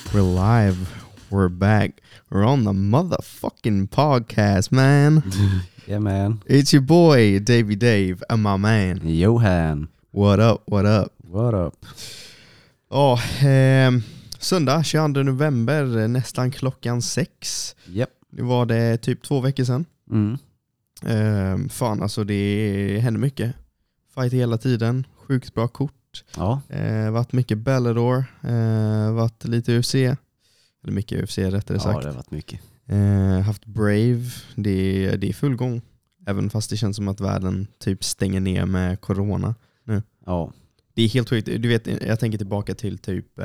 We're live. We're back. We're on the motherfucking podcast, man. Yeah, man. It's your boy, Davey Dave, and my man. Johan. What up, what up? What up? Söndag 22 november, nästan klockan 6. Yep. Det var det typ 2 veckor sedan. Fan, alltså det händer mycket. Fight hela tiden. Sjukt bra kort. Ja. Varit mycket Bellator. Varit lite UFC. Eller mycket UFC rättare sagt. Ja, det har varit mycket. Haft Brave. Det är full gång. Även fast det känns som att världen typ stänger ner med corona nu. Ja. Det är helt sjukt. Du vet, jag tänker tillbaka till typ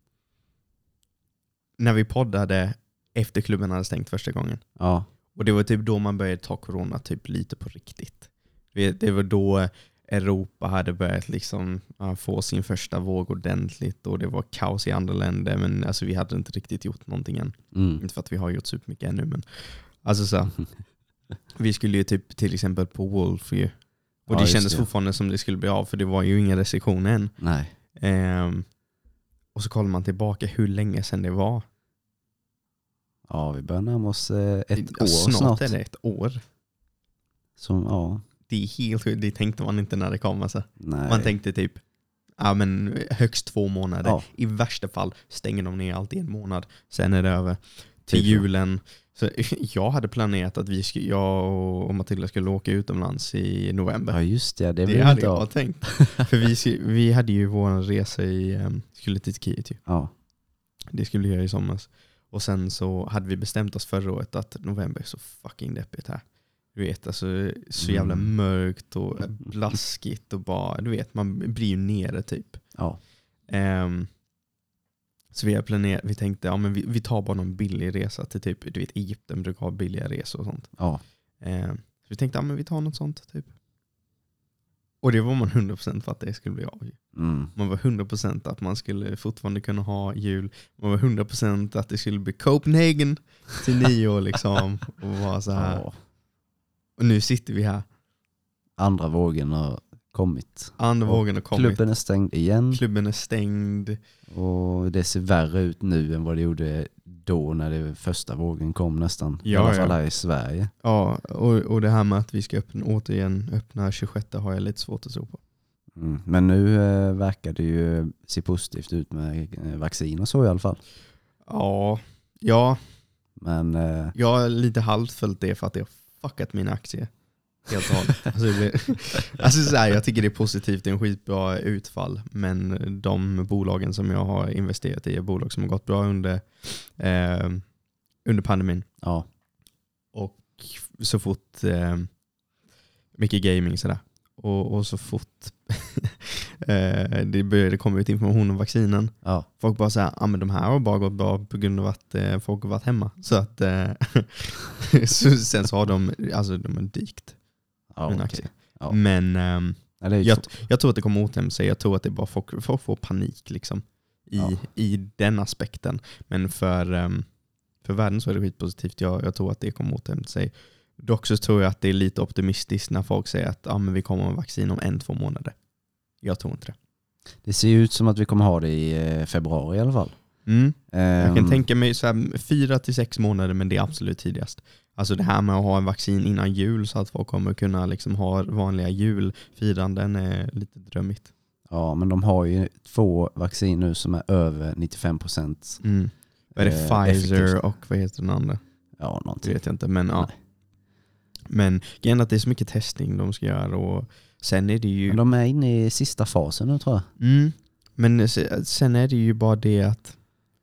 när vi poddade efter klubben hade stängt första gången. Ja. Och det var typ då man började ta corona typ lite på riktigt. Det var då Europa hade börjat liksom få sin första våg ordentligt och det var kaos i andra länder, men alltså vi hade inte riktigt gjort någonting än. Inte för att vi har gjort supermycket ännu, men alltså så vi skulle ju typ till exempel på Wolf ju. Och det kändes fortfarande som det skulle bli av, för det var ju inga restriktioner än. Nej. Och så kollar man tillbaka hur länge sedan det var. Ja, vi börjar närma oss ett år snart. Är det ett år. Som, ja. Det är helt sjukt. Det tänkte man inte när det kom. Alltså. Nej. Man tänkte typ men högst 2 månader. Ja. I värsta fall stänger de ner allt i 1 månad. Sen är det över till typ julen. Så jag hade planerat att jag och Matilda skulle åka utomlands i november. Ja, just det. Det hade inte jag tänkt. För vi hade ju vår resa skulle till Turkiet ju. Ja. Det skulle vi göra i somras. Och sen så hade vi bestämt oss förra året att november är så fucking deppigt här. Du vet, alltså så jävla mörkt och blaskigt och bara, du vet, man blir ju nere typ. Ja. Så vi har planerat, vi tänkte, men vi tar bara någon billig resa till typ, du vet, Egypten brukar ha billiga resor och sånt. Ja. Så vi tänkte, men vi tar något sånt typ. Och det var man 100% för att det skulle bli av. Man var 100% att man skulle fortfarande kunna ha jul. Man var 100% att det skulle bli Copenhagen till 9 år liksom. Och var så här. Ja. Och nu sitter vi här. Andra vågen har kommit. Klubben är stängd igen. Klubben är stängd. Och det ser värre ut nu än vad det gjorde då när det första vågen kom nästan. I alla fall här i Sverige. Ja, och det här med att vi ska återigen öppna 26 har jag lite svårt att tro på. Men nu verkar det ju se positivt ut med vaccin och så i alla fall. Ja. Men jag har lite halvt följt det för att jag har fuckat mina aktier. Helt alltså så här, jag tycker det är positivt, det är en skitbra utfall, men de bolagen som jag har investerat i är bolag som har gått bra under pandemin. Ja. Och så fort mycket gaming sådär. Och så fort det började komma ut information om vaccinen. Ja. Folk bara säger, men de här har bara gått bra på grund av att folk har varit hemma. Så att sen så har de har dykt. Ja, okay. Ja. Men jag tror att det kommer återhämta sig. Jag tror att det är bara folk får panik liksom i den aspekten. Men för världen så är det skitpositivt. Jag tror att det kommer återhämta sig. Dock så tror jag att det är lite optimistiskt när folk säger att men vi kommer ha vaccin om 1-2 månader. Jag tror inte det. Det ser ut som att vi kommer ha det i februari i alla fall. Jag kan tänka mig så här 4-6 månader, men det är absolut tidigast. Alltså det här med att ha en vaccin innan jul så att folk kommer kunna liksom ha vanliga julfiranden är lite drömmigt. Ja, men de har ju 2 vaccin nu som är över 95%. Vad är det? Pfizer och vad heter den andra? Ja, någonting. Det vet jag inte, men ja. Men igen att det är så mycket testing de ska göra och sen är det ju... Men de är inne i sista fasen nu tror jag. Men sen är det ju bara det att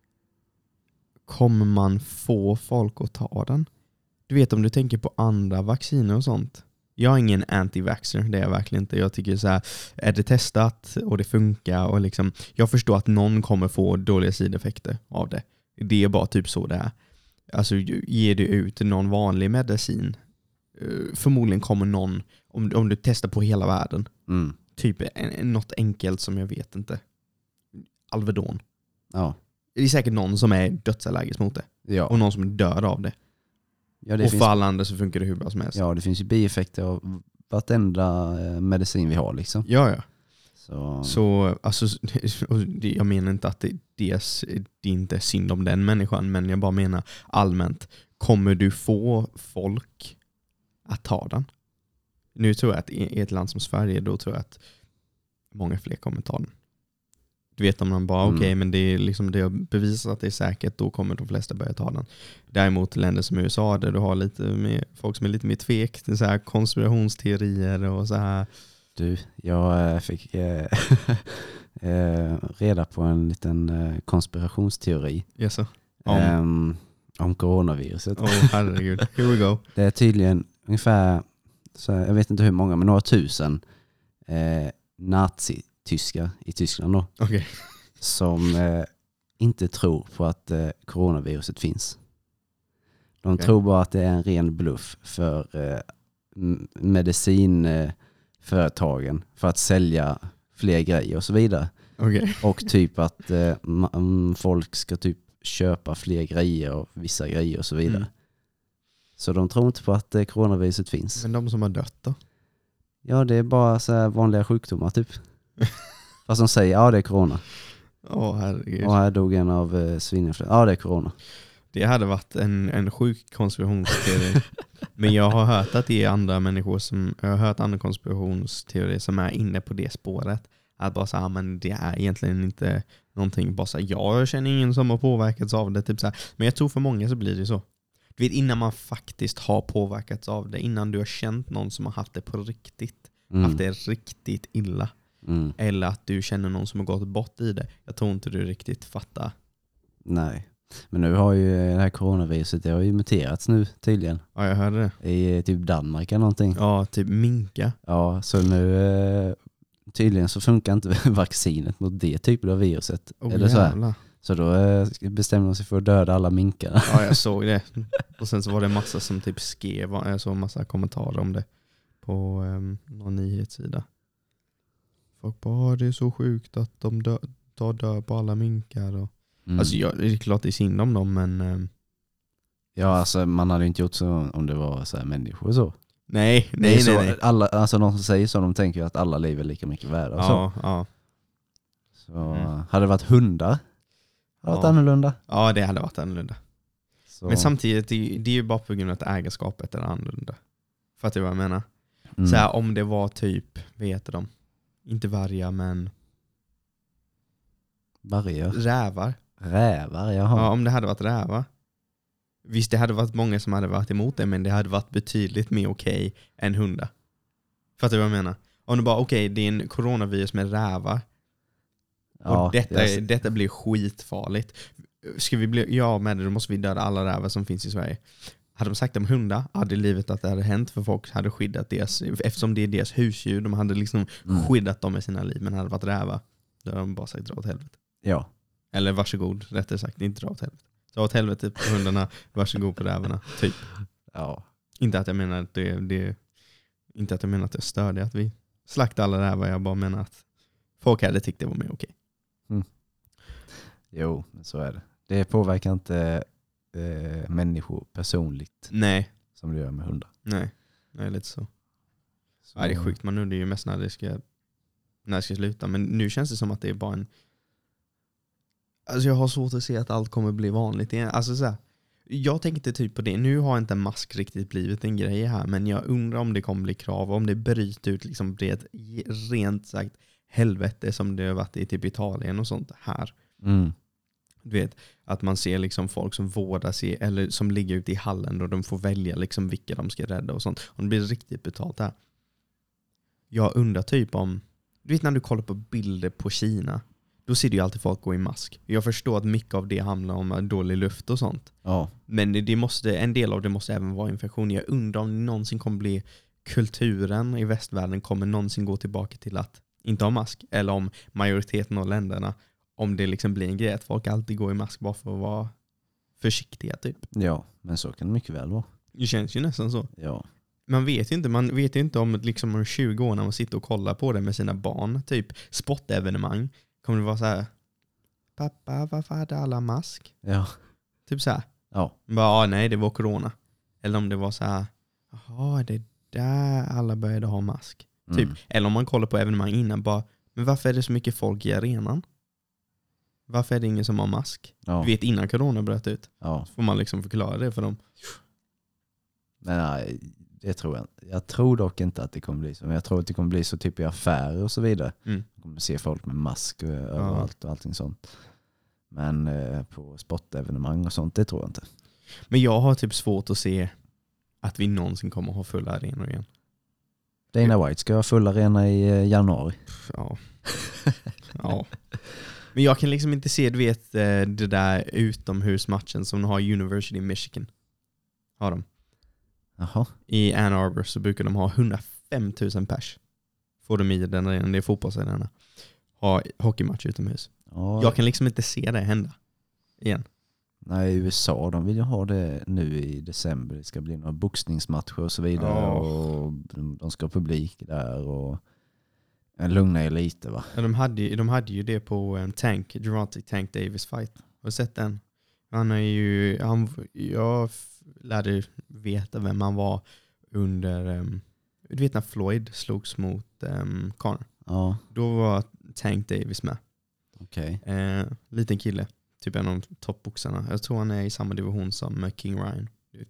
kommer man få folk att ta den? Du vet, om du tänker på andra vacciner och sånt. Jag är ingen anti-vaxxer, det är jag verkligen inte. Jag tycker så här, är det testat och det funkar och liksom, jag förstår att någon kommer få dåliga sideffekter av det. Det är bara typ så det är. Alltså ger du ut någon vanlig medicin, förmodligen kommer någon, om du testar på hela världen, typ något enkelt som jag vet inte. Alvedon. Ja. Det är säkert någon som är dödsallergisk mot det. Ja. Och någon som dör av det. Ja, det och för alla andra så funkar det hur bra som helst. Ja, det finns ju bieffekter av vartenda medicin vi har liksom. Ja. Så alltså, jag menar inte att det inte är synd om den människan, men jag bara menar allmänt, kommer du få folk att ta den? Nu tror jag att i ett land som Sverige, då tror jag att många fler kommer ta den. Du vet, om man bara okej, men det är liksom, det har bevisat att det är säkert, då kommer de flesta börja ta den. Däremot länder som USA, där du har lite mer folk som är lite mer tvek till så här konspirationsteorier och så här. Du, jag fick reda på en liten konspirationsteori om coronaviruset. Herregud, here we go. Det är tydligen ungefär, så jag vet inte hur många, men några tusen nazityskar i Tyskland då. Okay. Som inte tror på att coronaviruset finns. De tror bara att det är en ren bluff för medicinföretagen för att sälja fler grejer och så vidare. Okay. Och typ att folk ska typ köpa fler grejer och vissa grejer och så vidare. Så de tror inte på att coronaviruset finns. Men de som har dött då? Ja, det är bara så här vanliga sjukdomar typ. Fast de säger, ja det är corona. Herregud. Och här dog en av svininfluensa. Ja, det är corona. Det hade varit en sjuk konspirationsteori. Men jag har hört att det är andra människor jag har hört andra konspirationsteorier som är inne på det spåret. Att bara säga, men det är egentligen inte någonting. Bara säga, jag känner ingen som har påverkats av det. Typ så här. Men jag tror för många så blir det så. Du vet, innan man faktiskt har påverkats av det. Innan du har känt någon som har haft det på riktigt. Haft det riktigt illa. Eller att du känner någon som har gått bort i det. Jag tror inte du riktigt fattar. Nej. Men nu har ju det här coronaviruset, det har ju muterats nu tydligen. Ja, jag hörde det. I typ Danmark eller någonting. Ja, typ minka. Ja, så nu tydligen så funkar inte vaccinet mot det typen av viruset. Eller så här. Så då bestämde de sig för att döda alla minkar. Ja, jag såg det. Och sen så var det en massa som typ skrev, jag såg en massa kommentarer om det på någon nyhetssida. Folk bara, det är så sjukt att de dör på alla minkar. Och alltså det är klart det är synd om dem, men ja, alltså man hade inte gjort så om det var så här människor och så. Nej. Alla, alltså de som säger så, de tänker ju att alla liv är lika mycket värda. Ja. Så hade det varit hundar, hade det varit annorlunda. Ja, det hade varit annorlunda. Så. Men samtidigt, det är ju bara på grund av att ägarskapet är annorlunda. Fattar du vad jag menar? Så här, om det var typ, vad heter de? Inte vargar, men vargar. Rävar, jaha. Ja, om det hade varit rävar. Visst, det hade varit många som hade varit emot det, men det hade varit betydligt mer okej än hundar. Fattar du vad jag menar? Om du bara, det är en coronavirus med rävar. Ja, och detta blir skitfarligt. Ska vi bli med det, då måste vi döda alla rävar som finns i Sverige. Hade de sagt om hundar, hade livet att det hade hänt, för folk hade skyddat deras, eftersom det är deras husdjur, de hade liksom skyddat dem med sina liv. Men hade det varit rävar, då hade de bara sagt dra åt helvete. Ja. Eller varsågod, rättare sagt, inte dra åt helvete. Dra åt helvete på hundarna, varsågod på rävarna, typ. Ja. Inte att jag menar att inte att jag menar att jag stör det att vi slaktar alla rävar, jag bara menar att folk hade tyckt det var mer okej. Jo, men så är det. Det påverkar inte människor personligt. Nej. Som det gör med hundar. Nej, lite så. Ja, det är sjukt, man undrar ju mest när det ska sluta. Men nu känns det som att det är bara en... Alltså jag har svårt att se att allt kommer bli vanligt igen. Alltså så här, jag tänkte typ på det. Nu har inte mask riktigt blivit en grej här, men jag undrar om det kommer bli krav, om det bryter ut liksom det rent sagt helvete som det har varit i typ Italien och sånt här. Du vet, att man ser liksom folk som vårdar sig eller som ligger ute i hallen och de får välja liksom vilka de ska rädda och sånt. Och det blir riktigt betalt här. Jag undrar typ om, du vet när du kollar på bilder på Kina, då ser du ju alltid folk gå i mask. Jag förstår att mycket av det handlar om dålig luft och sånt. Ja. Men en del av det måste även vara infektion. Jag undrar om det någonsin kommer bli kulturen i västvärlden kommer någonsin gå tillbaka till att inte ha mask. Eller om majoriteten av länderna, om det liksom blir en grej att folk alltid går i mask bara för att vara försiktiga typ. Ja, men så kan det mycket väl vara. Det känns ju nästan så. Ja. Man vet ju inte om liksom om 20 år när man sitter och kollar på det med sina barn, typ sportevenemang, kommer det vara så här: pappa, varför hade alla mask? Ja. Typ så här. Ja. Bara, nej, det var corona. Eller om det var så här: jaha, det där alla började ha mask. Typ. Eller om man kollar på evenemang innan, bara Men varför är det så mycket folk i arenan? Varför är det ingen som har mask? Ja. Du vet innan corona bröt ut. Ja. Så får man liksom förklara det för dem. Men nej, det tror jag inte. Jag tror dock inte att det kommer bli så. Men jag tror att det kommer bli så typ i affärer och så vidare. Man kommer se folk med mask överallt och allting sånt. Men på sportevenemang och sånt, det tror jag inte. Men jag har typ svårt att se att vi någonsin kommer ha fulla arenor igen. Dana White ska ha full arena i januari. Ja. Ja. Men jag kan liksom inte se, du vet, det där utomhusmatchen som de har i University of Michigan. Har de. Jaha. I Ann Arbor så brukar de ha 105 000 pers. Får de i den arenan, det är fotbollsarenan. Ha hockeymatch utomhus. Ja. Jag kan liksom inte se det hända igen. Nej, USA, de vill ju ha det nu i december. Det ska bli några boxningsmatcher och så vidare. Och de ska ha publik där och lugna er lite, va? Ja, de hade ju det på Gervonta Tank Davis fight. Har du sett den? Han är ju... jag lärde veta vem han var under... du vet när Floyd slogs mot Conor? Ja. Då var Tank Davis med. Okej. Liten kille. Typ en av toppboxarna. Jag tror han är i samma division som King Ryan.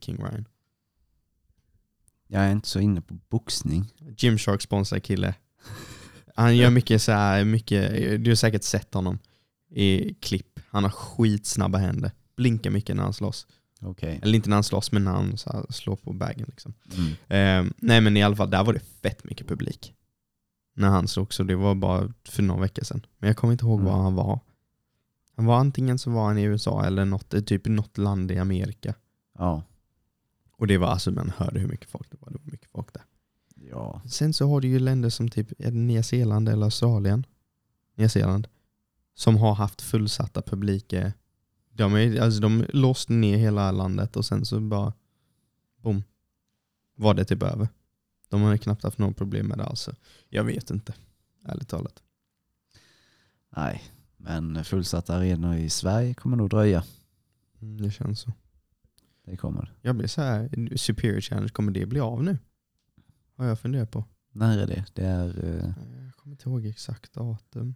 Jag är inte så inne på boxning. Gymshark sponsrar kille. Han gör mycket så här, du har säkert sett honom i klipp. Han har skitsnabba händer. Blinkar mycket när han slåss. Okay. Eller inte när han slåss, men när han så här, slår på bagen liksom. Nej, men i alla fall, där var det fett mycket publik. När han slog, så det var bara för några veckor sedan. Men jag kommer inte ihåg var han var. Han var antingen så var han i USA eller typ något land i Amerika. Ja. Och det var alltså, man hörde hur mycket folk det var. Det var mycket folk där. Ja. Sen så har du ju länder som typ Nya Zeeland eller Australien. Nya Zeeland. Som har haft fullsatta publiker. De låste ner hela landet och sen så bara boom. Var det typ över. De har knappt haft något problem med det alltså. Jag vet inte. Ärligt talat. Nej. Men fullsatta arenor i Sverige kommer nog dröja. Det känns så. Det kommer. Jag blir så här, Superior Challenge, kommer det bli av nu? Har jag funderat på. När är det? Det är... Jag kommer inte ihåg exakt datum.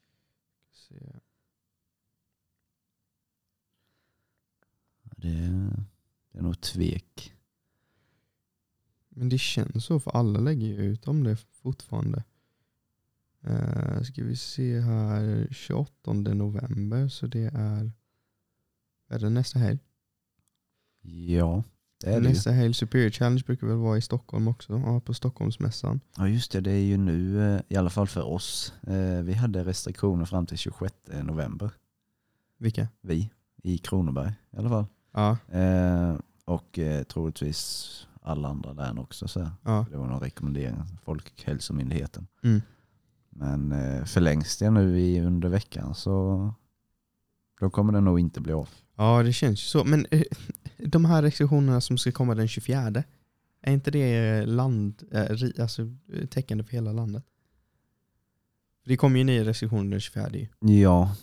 Det är nog tvek. Men det känns så, för alla lägger ju ut om det fortfarande. Ska vi se här, 28 november, så det är det nästa helg? Ja, det är nästa helg. Superior Challenge brukar väl vara i Stockholm också, ja, på Stockholmsmässan. Ja just det, det är ju nu, i alla fall för oss. Vi hade restriktioner fram till 26 november. Vilka? Vi, i Kronoberg i alla fall. Ja. Och troligtvis alla andra där också. Så. Ja. Det var någon rekommendering, Folkhälsomyndigheten. Mm. Men förlängs det nu under veckan så då kommer det nog inte bli av. Ja, det känns ju så. Men de här restriktionerna som ska komma den 24, är inte det alltså täckande för hela landet? Det kommer ju nya restriktioner den 24. Ja.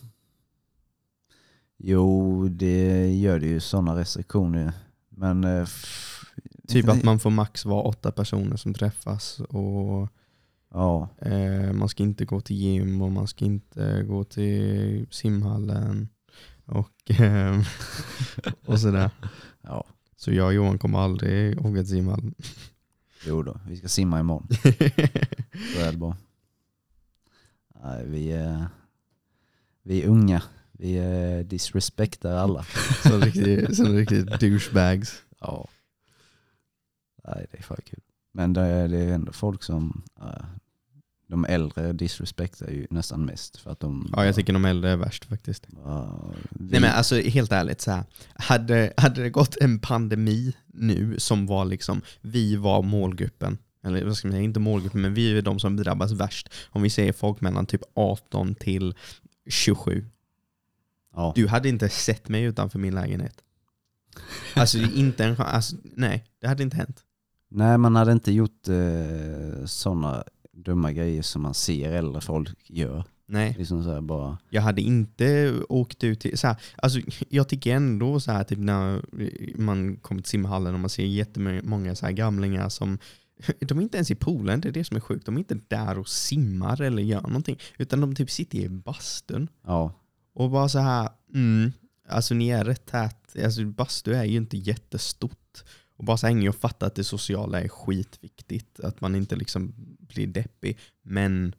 Jo, det gör det ju, sådana restriktioner. Men typ att man får max vara 8 personer som träffas och ja. Man ska inte gå till gym och man ska inte gå till simhallen och sådär. Ja. Så jag och Johan kommer aldrig åka till simhallen. Jo då, vi ska simma imorgon. Så är det bara. Nej, vi är unga. Vi disrespektar alla. Som riktigt douchebags. Ja. Nej, det är fan kul. Men det är ändå folk som... de äldre disrespektar ju nästan mest. För att de... Ja, jag tycker de äldre är värst faktiskt. Nej, men alltså helt ärligt så här. Hade det gått en pandemi nu som var liksom... Vi var målgruppen. Eller vad ska man säga, inte målgruppen, men vi är de som drabbas värst. Om vi säger folk mellan typ 18 till 27. Ja. Du hade inte sett mig utanför min lägenhet. Alltså inte en chans. Alltså, nej, det hade inte hänt. Nej, man hade inte gjort sådana dumma grejer som man ser äldre folk gör. Nej. Liksom så här bara... Jag hade inte åkt ut till... Så här, alltså, jag tycker ändå så här, typ när man kommer till simhallen och man ser jättemånga så här gamlingar som De är inte ens i poolen, det är det som är sjukt. De är inte där och simmar eller gör någonting. Utan de typ sitter i bastun. Ja. Och bara så här, alltså ni är rätt tät. Alltså bastu är ju inte jättestort. Och bara så hänger och fattar att det sociala är skitviktigt. Att man inte liksom blir deppig. Men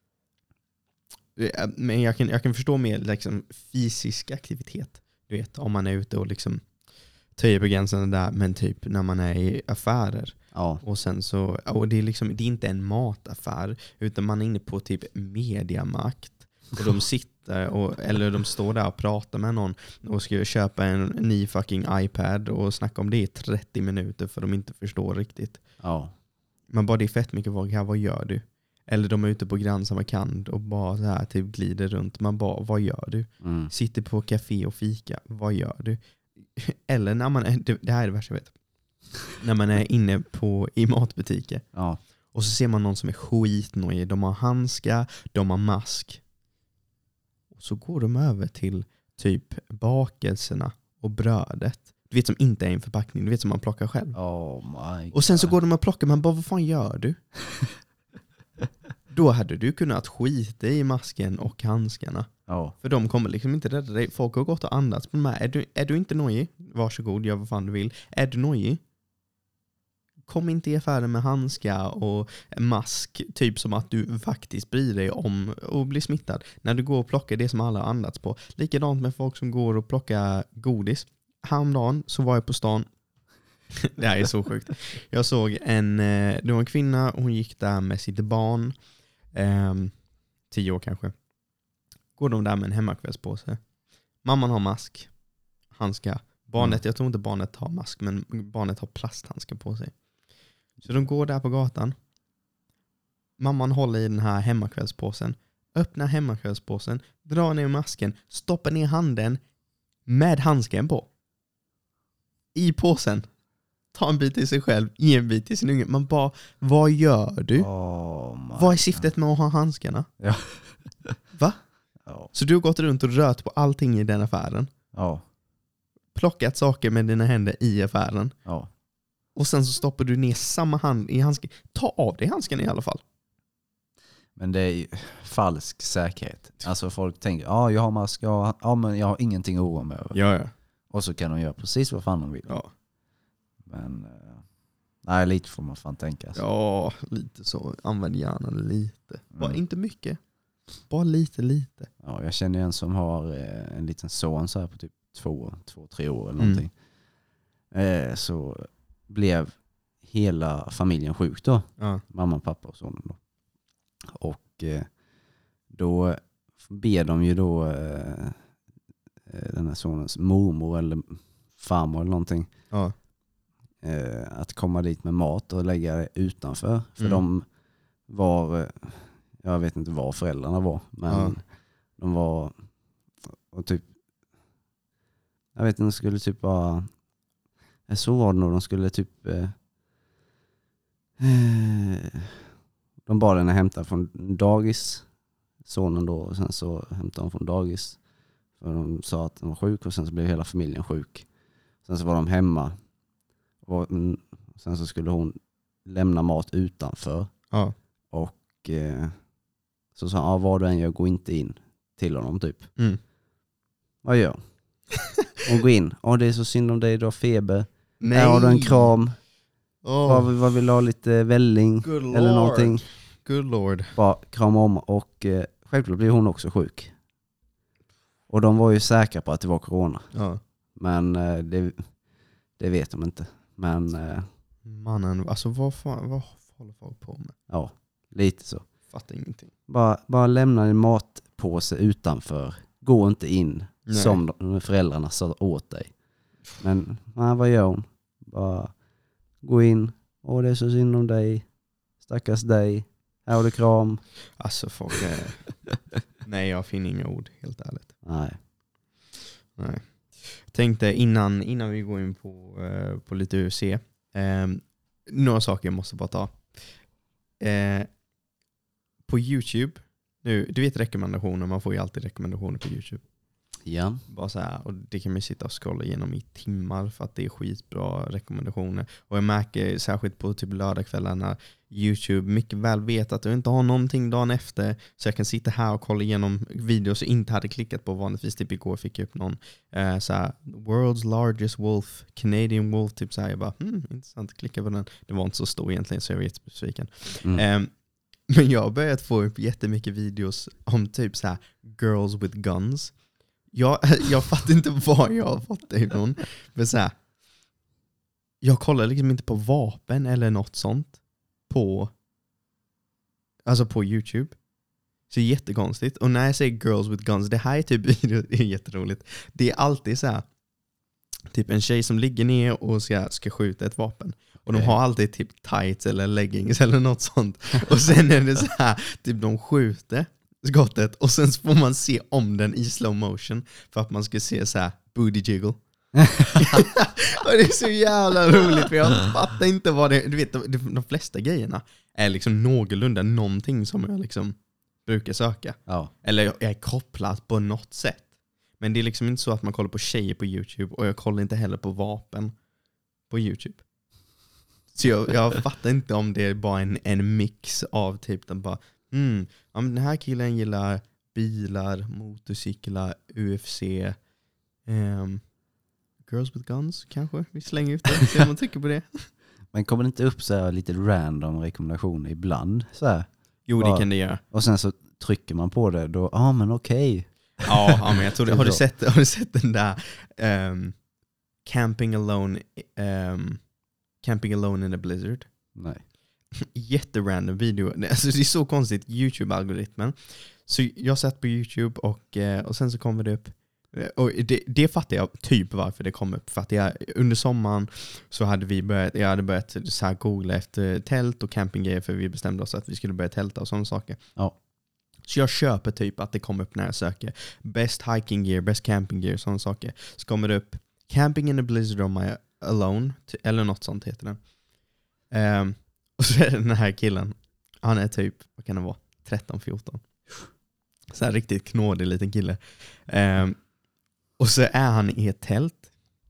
jag kan förstå mer liksom fysisk aktivitet. Du vet, om man är ute och liksom töjer på gränsen där, men typ när man är i affärer. Ja. Och sen så, och det är liksom, det är inte en mataffär, utan man är inne på typ Mediamarkt. Och de sitter eller de står där och pratar med någon och ska köpa en ny fucking iPad och snacka om det i 30 minuter för de inte förstår riktigt. Ja. Men bara det är fett mycket vad gör du? Eller de är ute på Grand Samarkand och bara så här typ glider runt. Man bara, vad gör du? Sitter på café och fika, vad gör du? Eller när man är, det här är det värsta jag vet. När man är inne i matbutiker. Ja. Och så ser man någon som är skitnöjd. De har handskar, de har mask. Och så går de över till typ bakelserna och brödet. Du vet som inte är en förpackning. Du vet som man plockar själv. Oh my God. Och sen så går de och plockar. Man bara, vad fan gör du? Då hade du kunnat skita i masken och handskarna. Ja. För de kommer liksom inte rädda dig. Folk har gått och andats på de här. Är du inte nojig? Varsågod, gör vad fan du vill. Är du nojig? Kom inte i affären med handskar och mask. Typ som att du faktiskt bryr dig om att bli smittad. När du går och plockar det som alla har andats på. Likadant med folk som går och plockar godis. Häromdagen så var jag på stan. Det här är så sjukt. Jag såg det var en kvinna. Hon gick där med sitt barn. 10 år kanske. Går de där med en hemmakvällspåse. Mamman har mask. Handskar. Barnet, jag tror inte barnet har mask, men barnet har plasthandskar på sig. Så de går där på gatan. Mamman håller i den här hemmakvällspåsen. Öppnar hemmakvällspåsen. Drar ner masken. Stoppar ner handen med handsken på. I påsen. Ta en bit till sig själv. Ge en bit till sin unge. Man bara, vad gör du? Vad är syftet med att ha handskarna? Ja. Va? Ja. Så du har gått runt och rört på allting i den affären. Ja. Plockat saker med dina händer i affären. Ja. Och sen så stoppar du ner samma hand i handsken. Ta av dig handsken i alla fall. Men det är ju falsk säkerhet. Alltså folk tänker, jag har mask, men jag har ingenting att oroa mig över. Ja. Och så kan de göra precis vad fan de vill. Ja. Men nej, lite får man fan tänka. Alltså. Ja, lite så. Använd hjärnan lite. Bara inte mycket. Bara lite. Ja, jag känner en som har en liten son så här på typ 2-3 år eller någonting. Så blev hela familjen sjuk då. Ja. Mamma, pappa och sonen då. Och då ber de ju då den här sonens mormor eller farmor eller någonting att komma dit med mat och lägga det utanför. För de var, jag vet inte var föräldrarna var, men de var och typ, jag vet inte, de skulle typ bara, så var det nog, de skulle typ de bad henne hämta från dagis, sonen då, och sen så hämtade de från dagis för de sa att de var sjuk och sen så blev hela familjen sjuk. Sen så var de hemma och sen så skulle hon lämna mat utanför. Ja. Och så sa han, vad du än gör, gå inte in till honom typ. Vad gör hon? Går in. Det är så synd om dig, du har feber. Nej. Här har du en kram. Vad vill du ha, lite välling eller någonting? Good lord. Bara krama om och självklart blev hon också sjuk. Och de var ju säkra på att det var corona. Ja. Men det vet de inte. Men mannen, alltså vad håller folk på med? Ja, lite så. Fattar ingenting. Bara lämna en matpåse utanför. Gå inte in. Nej. Som föräldrarna sa åt dig. Men vad gör hon? Bara gå in. Det är så synd om dig. Stackars dig. Här har du kram. Alltså folk är... Nej, jag finner inga ord, helt ärligt. Nej. Tänkte innan vi går in på lite UFC. Några saker jag måste bara ta. På YouTube. Nu, du vet rekommendationer. Man får ju alltid rekommendationer på YouTube. Ja. Bara så här, och det kan man sitta och scrolla igenom i timmar för att det är skitbra rekommendationer. Och jag märker särskilt på typ lördagskvällar när YouTube mycket väl vet att du inte har någonting dagen efter, så jag kan sitta här och kolla igenom videos jag inte hade klickat på vanligtvis. Typ igår fick jag upp någon så här, World's largest wolf, Canadian wolf, typ så här. Jag bara, intressant, klicka på den. Det var inte så stor egentligen, så jag var jättebesviken. Men jag har börjat få upp jättemycket videos om typ så här girls with guns. Jag fattar inte var jag har fått det ifrån. Men så här, jag kollar liksom inte på vapen eller något sånt på YouTube. Så det är jättekonstigt. Och när jag säger girls with guns, det här är typ video, det är jätteroligt. Det är alltid så här, typ en tjej som ligger ner och ska skjuta ett vapen. Och de har alltid typ tights eller leggings eller något sånt. Och sen är det så här, typ de skjuter skottet och sen får man se om den i slow motion för att man ska se så här booty jiggle. Och det är så jävla roligt, för jag fattar inte vad det är. Du vet, de flesta grejerna är liksom någorlunda någonting som jag liksom brukar söka. Ja. Eller jag är kopplad på något sätt. Men det är liksom inte så att man kollar på tjejer på YouTube, och jag kollar inte heller på vapen på YouTube. Så jag fattar inte om det är bara en mix av typ den bara den här killen gillar bilar, motorcyklar, UFC, girls with guns kanske. Vi slänger ut det, se om man tycker på det. Men kommer det inte upp så här lite random rekommendationer ibland så här? Jo, det kan det göra. Och sen så trycker man på det då, men okej. Ja, men jag tror det. Har du sett den där camping alone in a blizzard? Nej. Jätterandom video. Alltså det är så konstigt, YouTube-algoritmen. Så jag satt på YouTube och sen så kommer det upp. Och det fattar jag typ varför det kom upp. För att under sommaren så jag hade börjat så här googla efter tält och campinggrejer, för vi bestämde oss att vi skulle börja tälta och sådana saker. Ja. Så jag köper typ att det kommer upp när jag söker best hiking gear, best camping gear, sådana saker. Så kommer det upp camping in a blizzard on my alone, eller något sånt heter det. Och så är det den här killen. Han är typ, vad kan det vara? 13-14. Så här riktigt knådig liten kille. Och så är han i ett tält.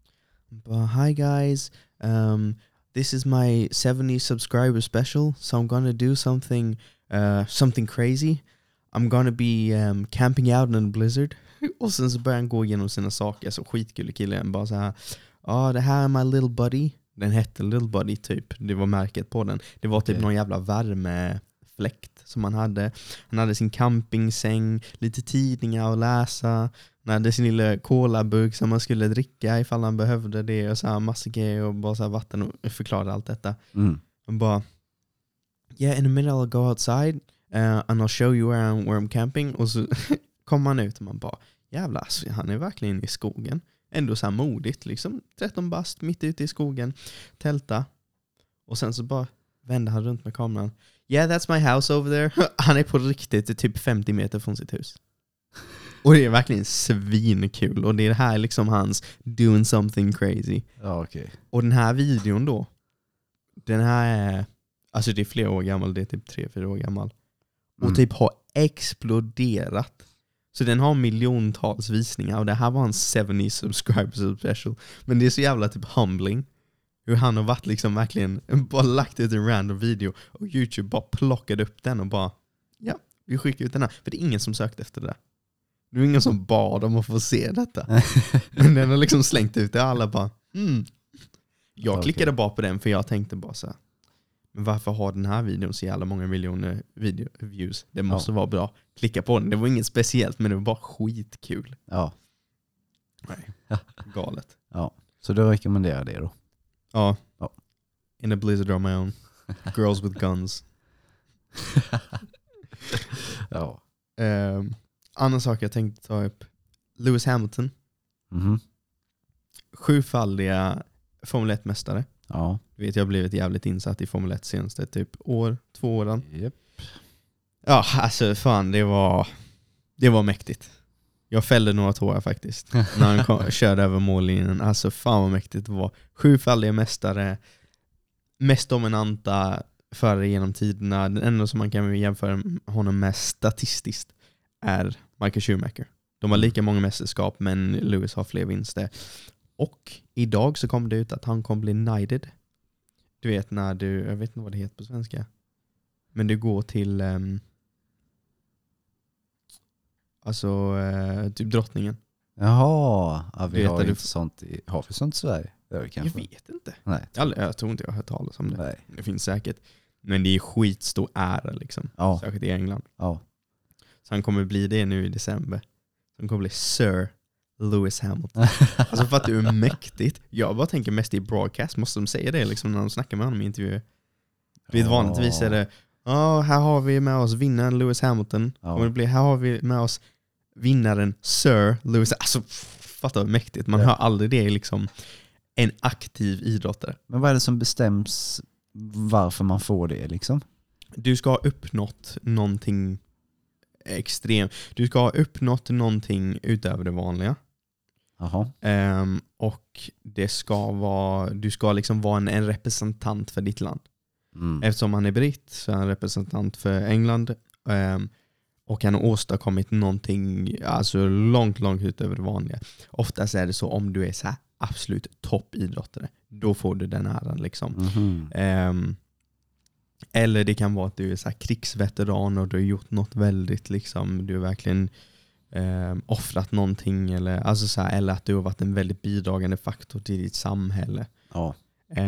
Hi guys. This is my 70 subscriber special. So I'm gonna do something crazy. I'm gonna be camping out in a blizzard. Och sen så börjar han gå igenom sina saker. Så skitkul killen. Bara så här. Det här är my little buddy. Den hette Little Buddy typ. Det var märket på den. Det var typ någon jävla värmefläkt som han hade. Han hade sin campingsäng, lite tidningar att läsa. Han hade sin lilla colaburk som man skulle dricka ifall han behövde det. Och så här massa grejer och bara så här vatten, och förklarade allt detta. Och bara, yeah, in a minute I'll go outside and I'll show you where I'm camping. Och så kom han ut och man bara, jävlar, alltså, han är verkligen i skogen. Ändå så här modigt, liksom 13 bast mitt ute i skogen, tälta. Och sen så bara vände han runt med kameran. Yeah, that's my house over there. Han är på riktigt typ 50 meter från sitt hus. Och det är verkligen svinkul. Och det är det här liksom hans doing something crazy. Ja, okej. Och den här videon då, den här är, alltså det är flera år gammal, det är typ 3-4 år gammal. Och typ har exploderat. Så den har miljontals visningar, och det här var hans 70 subscribers special. Men det är så jävla typ humbling. Hur han har varit liksom verkligen bara lagt ut en random video, och YouTube bara plockade upp den och bara, ja, vi skickar ut den här. För det är ingen som sökte efter det där. Det var ingen som bad om att få se detta. Men den har liksom slängt ut det, och alla bara, Jag klickade bara på den för jag tänkte bara så här, men varför har den här videon så jävla många miljoner views? Det måste vara bra. Klicka på den. Det var inget speciellt, men det var bara skitkul. Ja. Nej. Galet. Ja. Så du rekommenderar det då? Ja. In a blizzard on my own. Girls with guns. Ja. Annan sak jag tänkte ta upp. Lewis Hamilton. 7-faldiga Formel 1-mästare. Ja. Jag har blivit jävligt insatt i Formel 1 senaste typ 2 åren. Yep. Ja, alltså fan, det var mäktigt. Jag fällde några tårar faktiskt när han körde över mållinjen. Alltså fan vad mäktigt det var. 7-faldiga mästare, mest dominanta förare genom tiderna. Den enda som man kan jämföra honom med statistiskt är Michael Schumacher. De har lika många mästerskap, men Lewis har fler vinster. Och idag så kom det ut att han kommer bli knighted. Du vet när du, jag vet inte vad det heter på svenska. Men du går till typ drottningen. Jaha, ja, vi Vet har du- inte sånt har vi sånt i Sverige? Det är det kanske. Jag vet inte. Nej. Jag tror inte jag har hört talas om det. Nej. Det finns säkert. Men det är skitstor ära liksom. Ja. Särskilt i England. Ja. Så han kommer bli det nu i december. Han kommer bli Sir Lewis Hamilton. Alltså för att du är mäktigt. Jag bara tänker mest i broadcast. Måste de säga det liksom när de snackar med honom i intervjuer? Du vet, vanligtvis är det här har vi med oss vinnaren Lewis Hamilton. Ja. Och det blir, här har vi med oss vinnaren Sir Lewis. Alltså fattar du mäktigt. Man hör aldrig det liksom en aktiv idrottare. Men vad är det som bestäms varför man får det liksom? Du ska ha uppnått någonting extremt. Du ska ha uppnått någonting utöver det vanliga. Jaha. Och det ska vara, du ska liksom vara en representant för ditt land. Eftersom han är britt så är han representant för England. Och han har åstadkommit någonting alltså långt utöver det vanliga. Oftast är det så om du är så här absolut toppidrottare. Då får du den äran liksom. Eller det kan vara att du är så här krigsveteran och du har gjort något väldigt liksom, du har verkligen offrat någonting eller, alltså så här, eller att du har varit en väldigt bidragande faktor till ditt samhälle. Ja.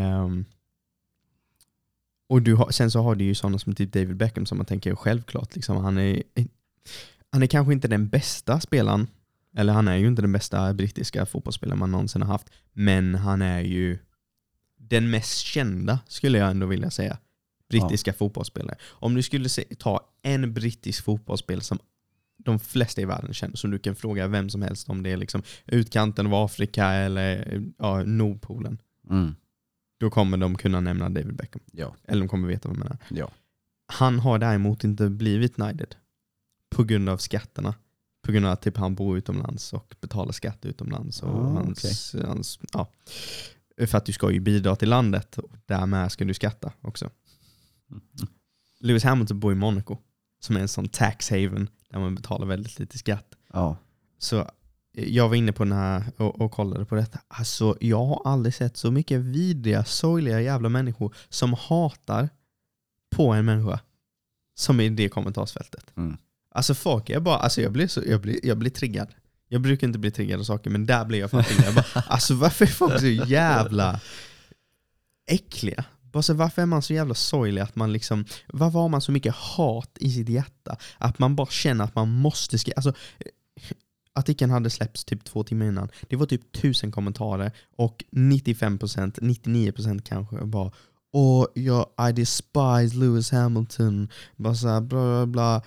Och sen så har du ju sådana som typ David Beckham som man tänker självklart liksom, han är kanske inte den bästa spelaren, eller han är ju inte den bästa brittiska fotbollsspelaren man någonsin har haft, men han är ju den mest kända skulle jag ändå vilja säga brittiska fotbollsspelare. Om du skulle ta en brittisk fotbollsspelare som de flesta i världen känner, så du kan fråga vem som helst om det är liksom utkanten av Afrika eller Nordpolen. Då kommer de kunna nämna David Beckham. Ja. Eller de kommer veta vad man är. Ja. Han har däremot inte blivit knighted på grund av skatterna. På grund av att typ han bor utomlands och betalar skatt utomlands. Och för att du ska ju bidra till landet och därmed ska du skatta också. Lewis Hamilton bor i Monaco som är en sån tax haven där man betalar väldigt lite skatt. Ja. Så jag var inne på den här och kollade på detta. Alltså jag har aldrig sett så mycket vidriga, sorgliga jävla människor som hatar på en människa som i det kommentarsfältet. Alltså folk är bara, alltså jag blir triggad. Jag brukar inte bli triggad av saker, men där blir jag fan triggad. Jag bara, alltså varför är folk så jävla äckliga? Alltså, varför är man så jävla sorglig att man liksom, varför har man så mycket hat i sitt hjärta att man bara känner att man måste alltså artikeln hade släppts typ 2 timmar innan. Det var typ 1000 kommentarer och 95%, 99% kanske bara I despise Lewis Hamilton. Bara så här, bla bla bla.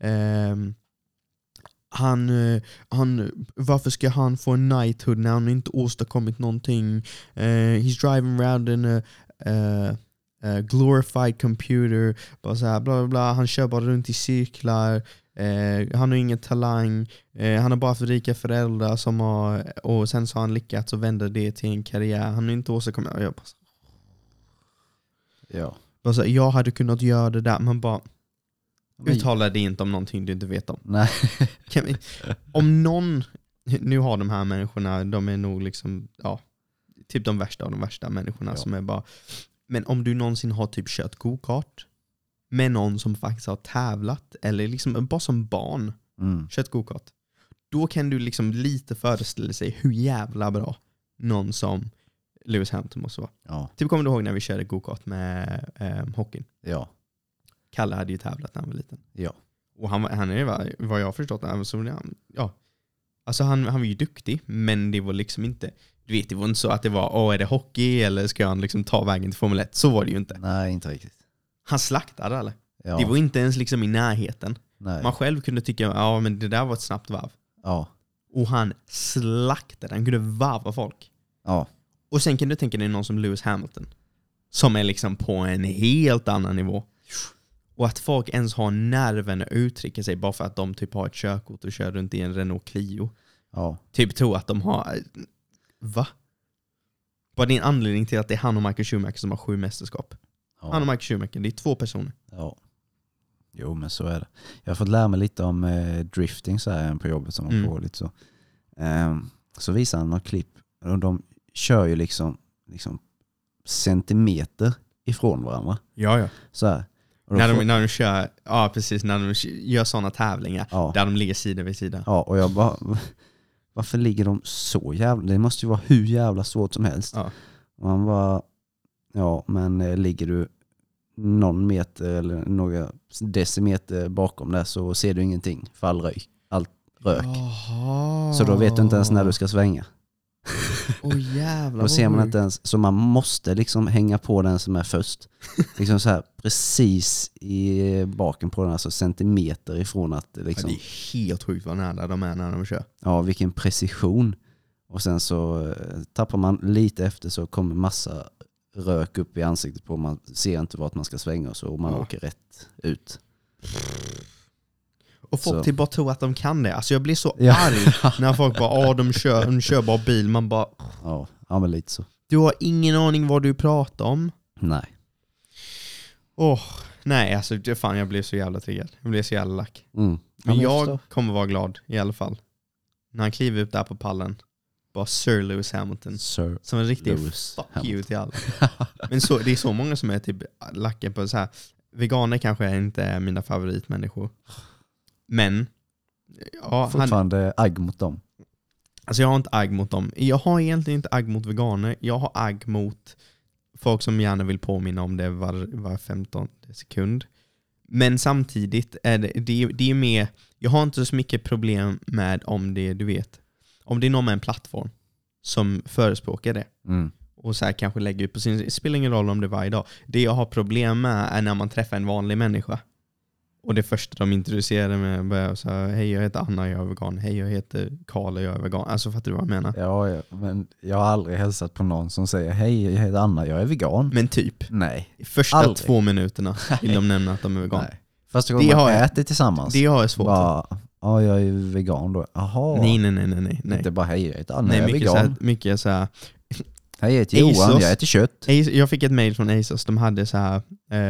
Varför ska han få en knighthood när han inte åstadkommit någonting? He's driving around in a glorified computer. Bara så här, bla bla bla. Han kör bara runt i cirklar. Han har ingen talang. Han har bara för rika föräldrar som har, och sen så har han lyckats och vänder det till en karriär. Han har inte åstadkommit. Bara så, jag hade kunnat göra det där. Man bara uttala det inte om någonting du inte vet om. Nej. Om någon, nu har de här människorna, de är nog liksom, typ de värsta av de värsta människorna som är bara, men om du någonsin har typ kört go-kart med någon som faktiskt har tävlat eller liksom bara som barn kört go-kart, då kan du liksom lite föreställa sig hur jävla bra någon som Lewis Hamilton måste vara. Ja. Typ kommer du ihåg när vi körde go-kart med hockeyn? Ja. Kalle hade ju tävlat när han var liten. Ja. Och han är vad jag har förstått, alltså han var ju duktig, men det var liksom inte, du vet, det var inte så att det var, är det hockey eller ska han liksom ta vägen till Formel 1? Så var det ju inte. Nej, inte riktigt. Han slaktade eller? Ja. Det var inte ens liksom i närheten. Nej. Man själv kunde tycka, men det där var ett snabbt varv. Ja. Och han slaktade, han kunde varva folk. Ja. Och sen kan du tänka dig någon som Lewis Hamilton, som är liksom på en helt annan nivå. Och att folk ens har nerven att uttrycka sig bara för att de typ har ett körkort och kör runt i en Renault Clio. Ja. Typ tror att de har... Va? Vad är din anledning till att det är han och Michael Schumacher som har 7 mästerskap? Ja. Han och Michael Schumacher, det är 2 personer. Ja. Jo, men så är det. Jag har fått lära mig lite om drifting så här på jobbet som man får lite så. Så visar han några klipp och de kör ju liksom centimeter ifrån varandra. Ja. Så här. När de kör, ja precis, när de gör sådana tävlingar där de ligger sida vid sida. Ja, och jag bara, varför ligger de så jävla, det måste ju vara hur jävla svårt som helst. Ja. Och han bara, ja men ligger du någon meter eller några decimeter bakom där så ser du ingenting för allt rök. Jaha. Så då vet du inte ens när du ska svänga. Jävlar. Då ser man inte ens, så man måste liksom hänga på den som är först. Liksom så här precis i baken på den, alltså centimeter ifrån att liksom. Ja, det är helt sjukt vad nära de är när de kör. Ja, vilken precision. Och sen så tappar man lite efter så kommer massa rök upp i ansiktet på, man ser inte vart man ska svänga och så, och man åker rätt ut. Och folk till bara tror att de kan det. Alltså jag blir så arg när folk bara, de kör bara bil. Man bara, ja, men lite så. Du har ingen aning vad du pratar om. Nej. Nej, alltså fan, jag blev så jävla triggad. Jag blev så jävla lack. Men jag kommer vara glad i alla fall. När han kliver upp där på pallen. Bara Sir Lewis Hamilton. Som en riktig fuck you till alla. Men det är så många som är typ lackar på så här. Veganer kanske inte är mina favoritmänniskor. Men fortfarande agg mot dem. Alltså jag har inte agg mot dem. Jag har egentligen inte agg mot veganer. Jag har agg mot folk som gärna vill påminna om det var 15 sekund. Men samtidigt är det är mer, jag har inte så mycket problem med om det, du vet, om det är någon med en plattform som förespråkar det. Och så här kanske lägger ut på sin, det spelar ingen roll om det varje dag. Det jag har problem med är när man träffar en vanlig människa. Och det första de introducerade med börjar så här, hej jag heter Anna, jag är vegan. Hej jag heter Karl och jag är vegan. Alltså fattar du vad jag menar? Ja, men jag har aldrig hälsat på någon som säger hej jag heter Anna, jag är vegan. Men typ. Nej. Första aldrig. 2 minuterna vill de nämna att de är vegan. Nej. Första gången man äter tillsammans. Det har jag svårt. Ja, jag är vegan då. Jaha. Nej. Inte bara hej jag heter Anna, nej, jag är vegan. Mycket så här. Hej jag heter Johan, jag äter kött. Jag fick ett mail från ASOS. De hade så här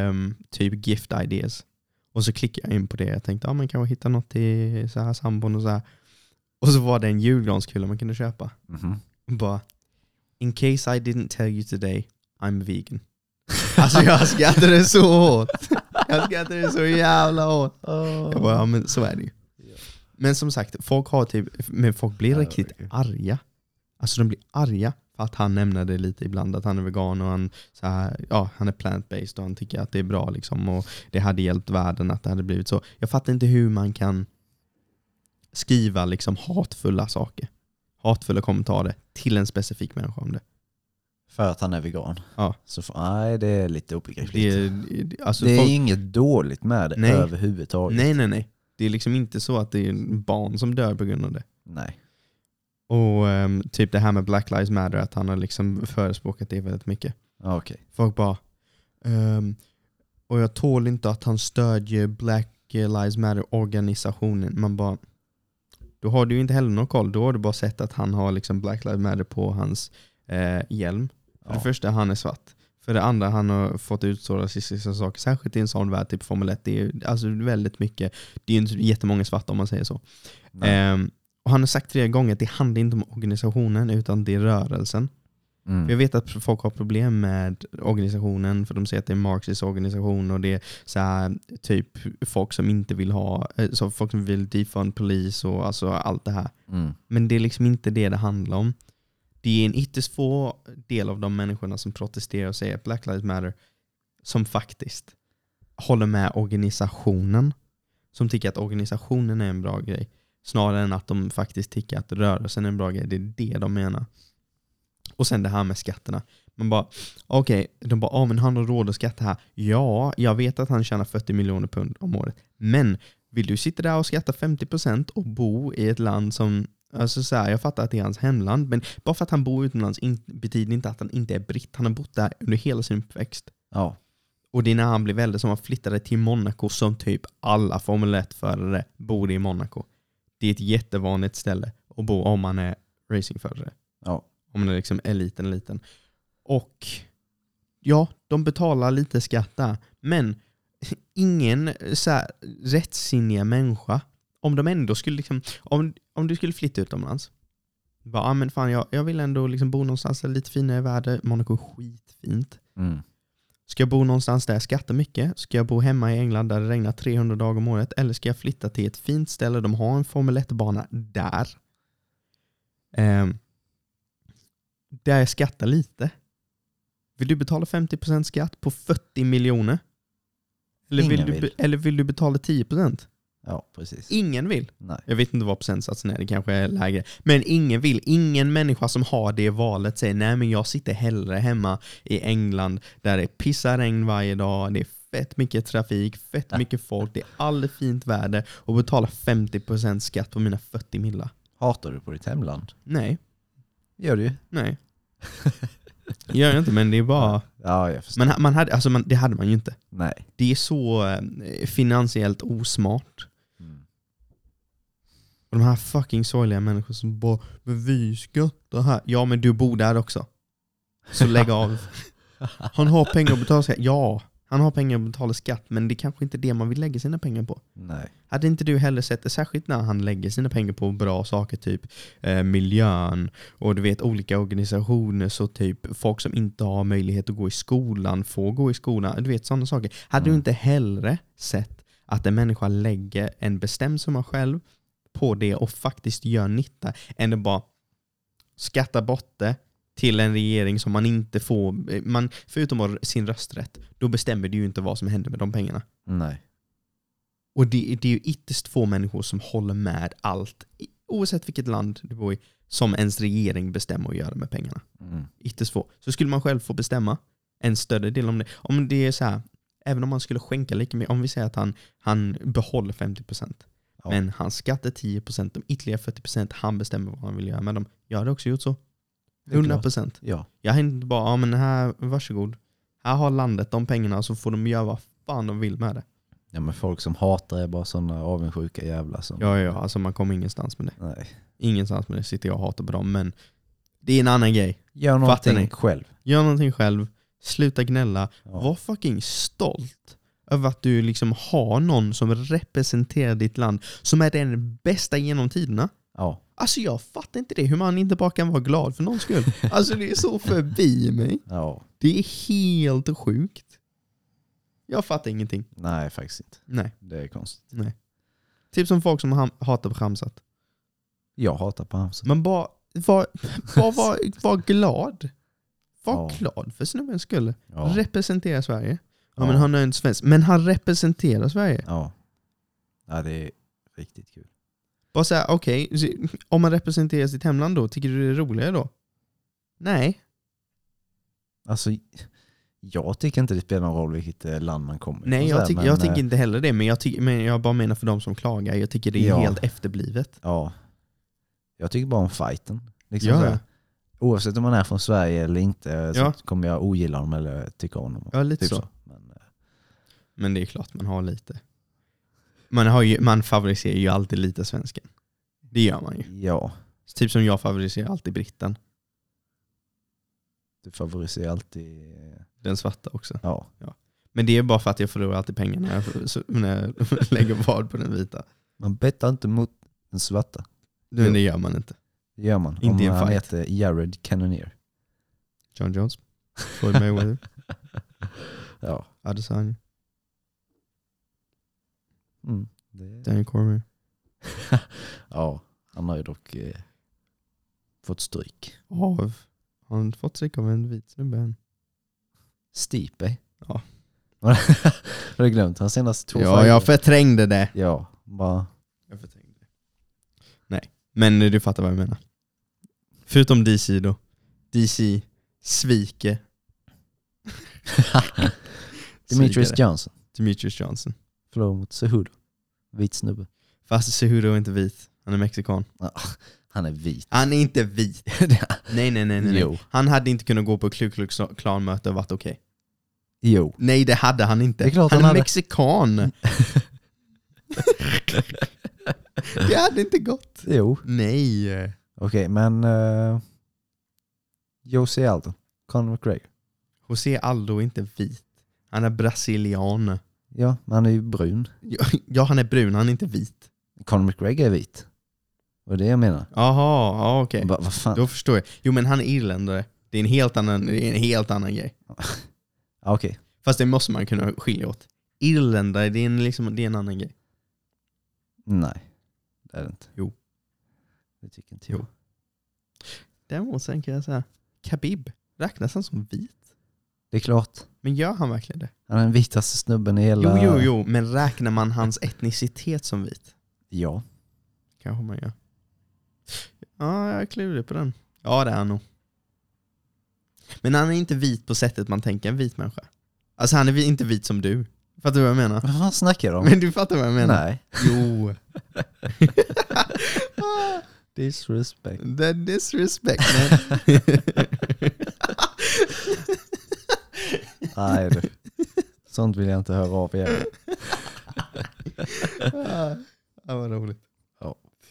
typ gift ideas. Och så klickade jag in på det. Jag tänkte, man kan hitta något till så här sambon och så här. Och så var det en julgranskula man kunde köpa. Bara, in case I didn't tell you today, I'm vegan. Alltså jag skrattade så hårt. Jag skrattade så jävla hårt. Jag bara, ja men så är det ju. Men som sagt, folk blir riktigt arga. Alltså de blir arga för att han nämnde lite ibland att han är vegan och han så här, han är plant-based och han tycker att det är bra liksom, och det hade hjälpt världen att det hade blivit så. Jag fattar inte hur man kan skriva liksom hatfulla saker. Hatfulla kommentarer till en specifik människa om det. För att han är vegan. Ja. Så nej, det är lite obegripligt. Det är inget dåligt med det överhuvudtaget. Nej. Det är liksom inte så att det är barn som dör på grund av det. Nej. Och typ det här med Black Lives Matter, att han har liksom förespråkat det väldigt mycket. Okay. Folk bara och jag tål inte att han stödjer Black Lives Matter-organisationen. Man bara, då har du ju inte heller någon koll. Då har du bara sett att han har liksom Black Lives Matter på hans hjälm. För det första, han är svart. För det andra, han har fått ut så rasistiska saker. Särskilt i en sån värld, typ Formel 1. Det är alltså väldigt mycket. Det är ju inte jättemånga svarta om man säger så. Och han har sagt 3 gånger att det handlar inte om organisationen utan det är rörelsen. Jag vet att folk har problem med organisationen för de säger att det är en marxist organisation och det är så här, typ folk som inte vill ha, så folk som vill defund polis och alltså allt det här. Men det är liksom inte det handlar om. Det är en ytterst få del av de människorna som protesterar och säger att Black Lives Matter som faktiskt håller med organisationen, som tycker att organisationen är en bra grej snarare än att de faktiskt tycker att rörelsen är en bra grej. Det är det de menar. Och sen det här med skatterna. Man bara, de bara, men han har råd att skatta här. Ja, jag vet att han tjänar 40 miljoner pund om året. Men vill du sitta där och skatta 50% och bo i ett land som, alltså så här, jag fattar att det är hans hemland, men bara för att han bor utomlands betyder inte att han inte är britt. Han har bott där under hela sin uppväxt. Ja. Och det är när han blev äldre som han flyttade till Monaco, som typ alla Formel 1-förare bor i Monaco. Det är ett jättevanligt ställe att bo om man är racingförare. Ja. Om man är liksom liten. Och ja, de betalar lite skatt där. Men ingen så här rättsinniga människa, om de ändå skulle liksom, om du skulle flytta utomlands, bara, men fan, jag vill ändå liksom bo någonstans där lite finare väder. Monaco är skitfint. Ska jag bo någonstans där jag skattar mycket? Ska jag bo hemma i England där det regnar 300 dagar om året? Eller ska jag flytta till ett fint ställe, de har en Formel 1-bana där, där jag skattar lite? Vill du betala 50% skatt på 40 miljoner? Eller vill du betala 10%? Ja, precis. Ingen vill. Nej. Jag vet inte vad procentsatsen är, det kanske är lägre. Men ingen vill. Ingen människa som har det valet säger, nej men jag sitter hellre hemma i England där det pissar regn varje dag, det är fett mycket trafik, fett mycket folk, det är alldeles fint väder, och betala 50% skatt på mina 40 millar. Hatar du på ditt hemland? Nej. Gör du ju. Nej. Gör jag inte, men det är bara... Ja, jag förstår. Men det hade man ju inte. Nej. Det är så finansiellt osmart. Och de här fucking sorgliga människor som bara, men vi skattar här. Ja, men du bor där också. Så lägg av. Han har pengar att betala skatt. Ja, han har pengar att betala skatt, men det är kanske inte det man vill lägga sina pengar på. Nej. Hade inte du heller sett det, särskilt när han lägger sina pengar på bra saker, typ miljön och du vet olika organisationer, så typ folk som inte har möjlighet att gå i skolan får gå i skolan, du vet sådana saker. Hade du inte hellre sett att en människa lägger en bestämd summa själv på det och faktiskt gör nytta, än att bara skatta bort det till en regering som man inte får, förutom sin rösträtt, då bestämmer du ju inte vad som händer med de pengarna. Nej. Och det är ju ytterst få människor som håller med allt, oavsett vilket land du bor i, som ens regering bestämmer att göra med pengarna. Ytterst få. Så skulle man själv få bestämma en större del om det. Om det är så här, även om man skulle skänka lika mycket, om vi säger att han behåller 50%, men han skattar 10%, de ytterligare 40%, han bestämmer vad han vill göra med dem. Jag hade också gjort så. 100%. Ja. Jag hade inte bara, men här, varsågod. Här har landet de pengarna, så får de göra vad fan de vill med det. Ja, men folk som hatar är bara sådana avundsjuka jävlar som... Ja, alltså man kommer ingenstans med det. Nej. Ingenstans med det sitter jag och hatar på dem, men det är en annan grej. Gör någonting själv. Gör någonting själv. Sluta gnälla. Ja. Var fucking stolt över att du liksom har någon som representerar ditt land, som är den bästa genom tiderna. Ja. Alltså jag fattar inte det, hur man inte bara kan vara glad för någon skull. Alltså det är så förbi mig. Ja. Det är helt sjukt. Jag fattar ingenting. Nej, faktiskt inte. Nej. Det är konstigt. Nej. Typ som folk som hatar på Ramsat. Jag hatar på Ramsat. Men bara var glad. Var glad för snubbens skull. Ja. Representera Sverige. Ja, men han är inte svensk. Men han representerar Sverige. Ja. Ja, det är riktigt kul. Bara säga, okej, om man representerar sitt hemland då, tycker du det är roligare då? Nej. Alltså, jag tycker inte det spelar någon roll vilket land man kommer. Nej, jag tycker inte heller det. Men jag bara menar för de som klagar. Jag tycker det är helt efterblivet. Ja. Jag tycker bara om fighten. Liksom Ja. så här. Oavsett om man är från Sverige eller inte, så kommer jag ogilla dem eller tycka om dem. Ja, lite typ så. Men det är klart man har lite. Man favoriserar ju alltid lite svensken. Det gör man ju. Ja. Typ som jag favoriserar alltid britten. Du favoriserar alltid den svarta också. Ja. Men det är bara för att jag förlorar alltid pengar när jag lägger vad på den vita. Man bettar inte mot den svarta. Men det gör man inte. Det gör man. Inte i en han fight. heter Jared Cannonier. John Jones. Floyd Mayweather. Ja. Adesanya. Daniel Cormier. Ja, han har ju dock fått stryk. Har han fått stryk av en vit snubbe? Stipe. Ja. Har du glömt hans senaste 2 Ja, jag förträngde det. Ja, bara... Jag förträngde det. Nej, men du fattar vad jag menar. Förutom DC då. DC sviker. Demetrius Johnson. Förlor mot Cejudo. Vit snubbe. Fast Cejudo är inte vit. Han är mexikan. Han är vit. Han är inte vit. Nej. Jo. Han hade inte kunnat gå på Ku Klux Klan-möte och varit okej. Jo. Nej, det hade han inte. Det är klart han är hade. mexikan. Det hade inte gått. Jo. Nej. Okej, men Jose Aldo, Conor McGregor. Jose Aldo är inte vit. Han är brasilian. Ja, men han är ju brun. Ja, han är brun, han är inte vit. Conor McGregor är vit. Och det är det jag menar. Jaha, ja, okej. Vad fan? Då förstår jag. Jo, men han är irländare. Det är en helt annan grej. Okej. Fast det måste man kunna skilja åt. Irländare, det är en annan grej. Nej, det är det inte. Jo. Det tycker inte jag. Jo. Däremot sen kan jag säga, Khabib, räknas han som vit? Det är klart. Men gör han verkligen det? Han är den vitaste snubben i hela... Jo, men räknar man hans etnicitet som vit? Ja. Kanske man gör. Ja, jag är klurig på den. Ja, det är han nog. Men han är inte vit på sättet man tänker en vit människa. Alltså han är inte vit som du. Fattar du vad jag menar? Vad fan snackar du om? Men du fattar vad jag menar? Nej. Jo. Disrespect. The disrespect, man. Nej du. Sånt vill jag inte höra av er. Ja, vad roligt. Ja.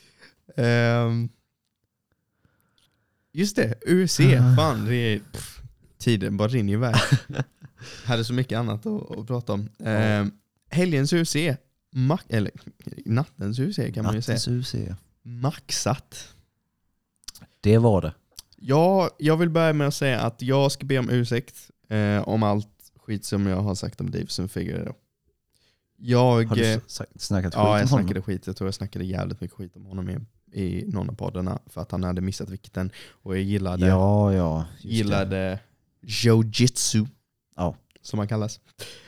Just det, UFC. Fan, det är... Tiden bara rinner iväg. Hade så mycket annat att prata om. Helgens UFC. Eller nattens UFC kan man ju säga. Nattens UFC. Maxat. Det var det. Ja, jag vill börja med att säga att jag ska be om ursäkt om allt skit som jag har sagt om Deiveson Figueiredo. Har du snackat skit om honom? Ja, jag snackade skit. Jag tror jag snackade jävligt mycket skit om honom i någon av poddarna för att han hade missat vikten. Och jag gillade jiu-jitsu, som man kallas.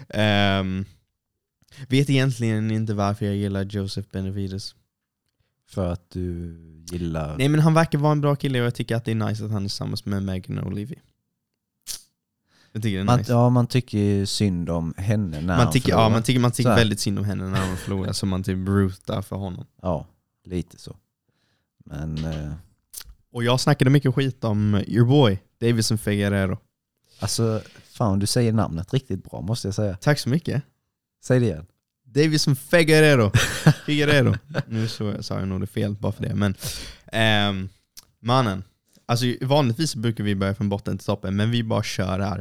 Vet egentligen inte varför jag gillar Joseph Benavidez. För att du gillar... Nej, men han verkar vara en bra kille och jag tycker att det är nice att han är tillsammans med Megan O'Leary. Jag tycker det är nice. Ja, man tycker synd om henne när han förlorar. Ja, man tycker väldigt synd om henne när han förlorar, så man typ brutar för honom. Ja, lite så. Men... Och jag snackade mycket skit om your boy, Deiveson Figueiredo. Alltså, fan, du säger namnet riktigt bra, måste jag säga. Tack så mycket. Säg det igen. Deiveson Figueiredo. Nu sa jag nog det fel bara för det. Men mannen. Alltså vanligtvis brukar vi börja från botten till toppen, men vi bara kör här.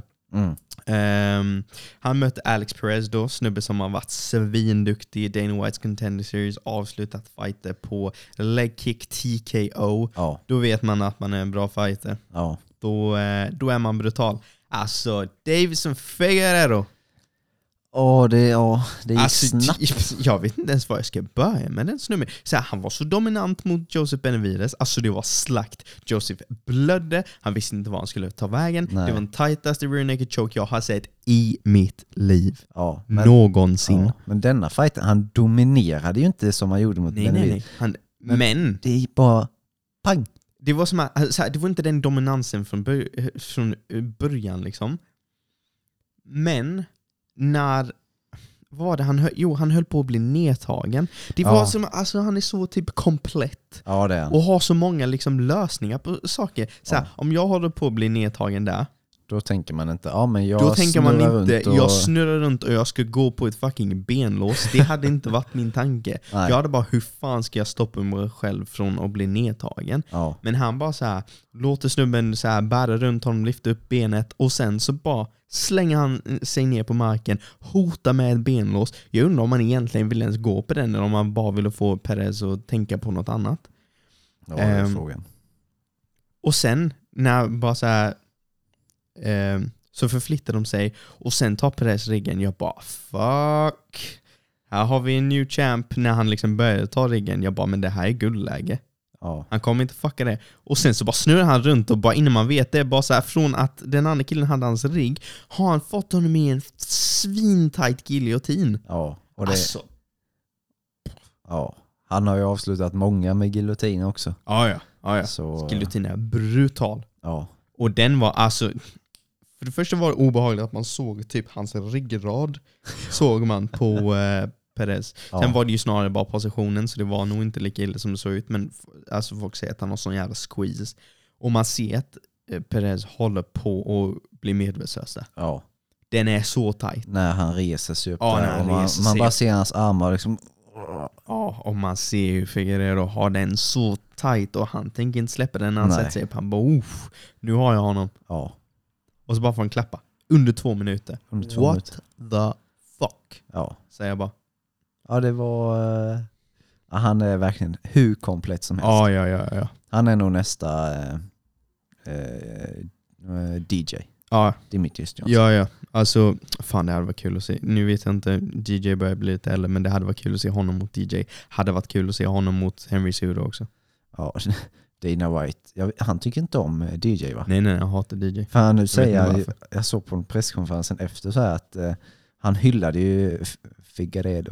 Han mötte Alex Perez då, snubbe som har varit svinduktig i Dana Whites Contender Series, avslutat fighter på leg kick TKO. Då vet man att man är en bra fighter. Då är man brutal. Alltså Deiveson Figueiredo. Det gick alltså, snabbt. Jag vet inte ens var jag ska börja med den snubben. Så här, han var så dominant mot Joseph Benavidez. Alltså det var slakt. Joseph blödde. Han visste inte var han skulle ta vägen. Nej. Det var den tightaste rear naked choke jag har sett i mitt liv. Någonsin. Ja, men denna fighten, han dominerade ju inte som han gjorde mot Benavidez. Men det är bara pang. Det var som att, det var inte den dominansen från början liksom. Men när var det han höll på att bli nedtagen. Det var som, alltså han är så typ komplett. Ja, det är han. Och har så många liksom lösningar på saker. Så här, om jag håller på att bli nedtagen där, då tänker man inte, men jag snurrar runt och jag ska gå på ett fucking benlås. Det hade inte varit min tanke. Nej. Jag hade bara, hur fan ska jag stoppa mig själv från att bli nedtagen? Men han bara så här, låter snubben så här bära runt honom, lyfta upp benet och sen så bara slänger han sig ner på marken, hotar med ett benlås. Jag undrar om man egentligen vill ens gå på den eller om man bara ville få Perez att tänka på något annat. Ja, det är frågan. Och sen när bara så här så förflyttar de sig och sen tar Perez ryggen. Jag bara, fuck. Här har vi en new champ. När han liksom började ta ryggen, jag bara, men det här är guldläge. Han kommer inte fucka det. Och sen så bara snurrar han runt och bara innan man vet det, bara så här, från att den andra killen hade hans rygg, har han fått honom i en svintight giljotin. Alltså. Han har ju avslutat många med giljotin också. Ja. Så... Giljotin är brutal. Ja. Och den var alltså... För det första var det obehagligt att man såg typ hans ryggrad. Såg man på Perez. Sen var det ju snarare bara positionen, så det var nog inte lika illa som det såg ut. Men alltså folk säger att han har sån jävla squeeze. Och man ser att Perez håller på att bli medvetslös. Den är så tight. När han reser sig upp där. Och man bara ser hans armar liksom... Ja, och man ser ju Figueiredo har den så tight och han tänker inte släppa den när han sätter sig upp. Han bara, nu har jag honom. Och så bara får han klappa. Under 2 minuter. What the fuck. Ja. Säger jag bara. Ja, det var... han är verkligen hur komplett som helst. Ja. Han är nog nästa DJ. Ja. Demetrius Johnson. Ja. Alltså, fan det hade varit kul att se. Nu vet jag inte, DJ börjar bli lite äldre, men det hade varit kul att se honom mot DJ. Hade varit kul att se honom mot Henry Cejudo också. Ja, Dana White. Han tycker inte om DJ, va? Nej, jag hatar DJ. För nu säger jag såg på en presskonferensen efter så här att han hyllade ju Figueiredo.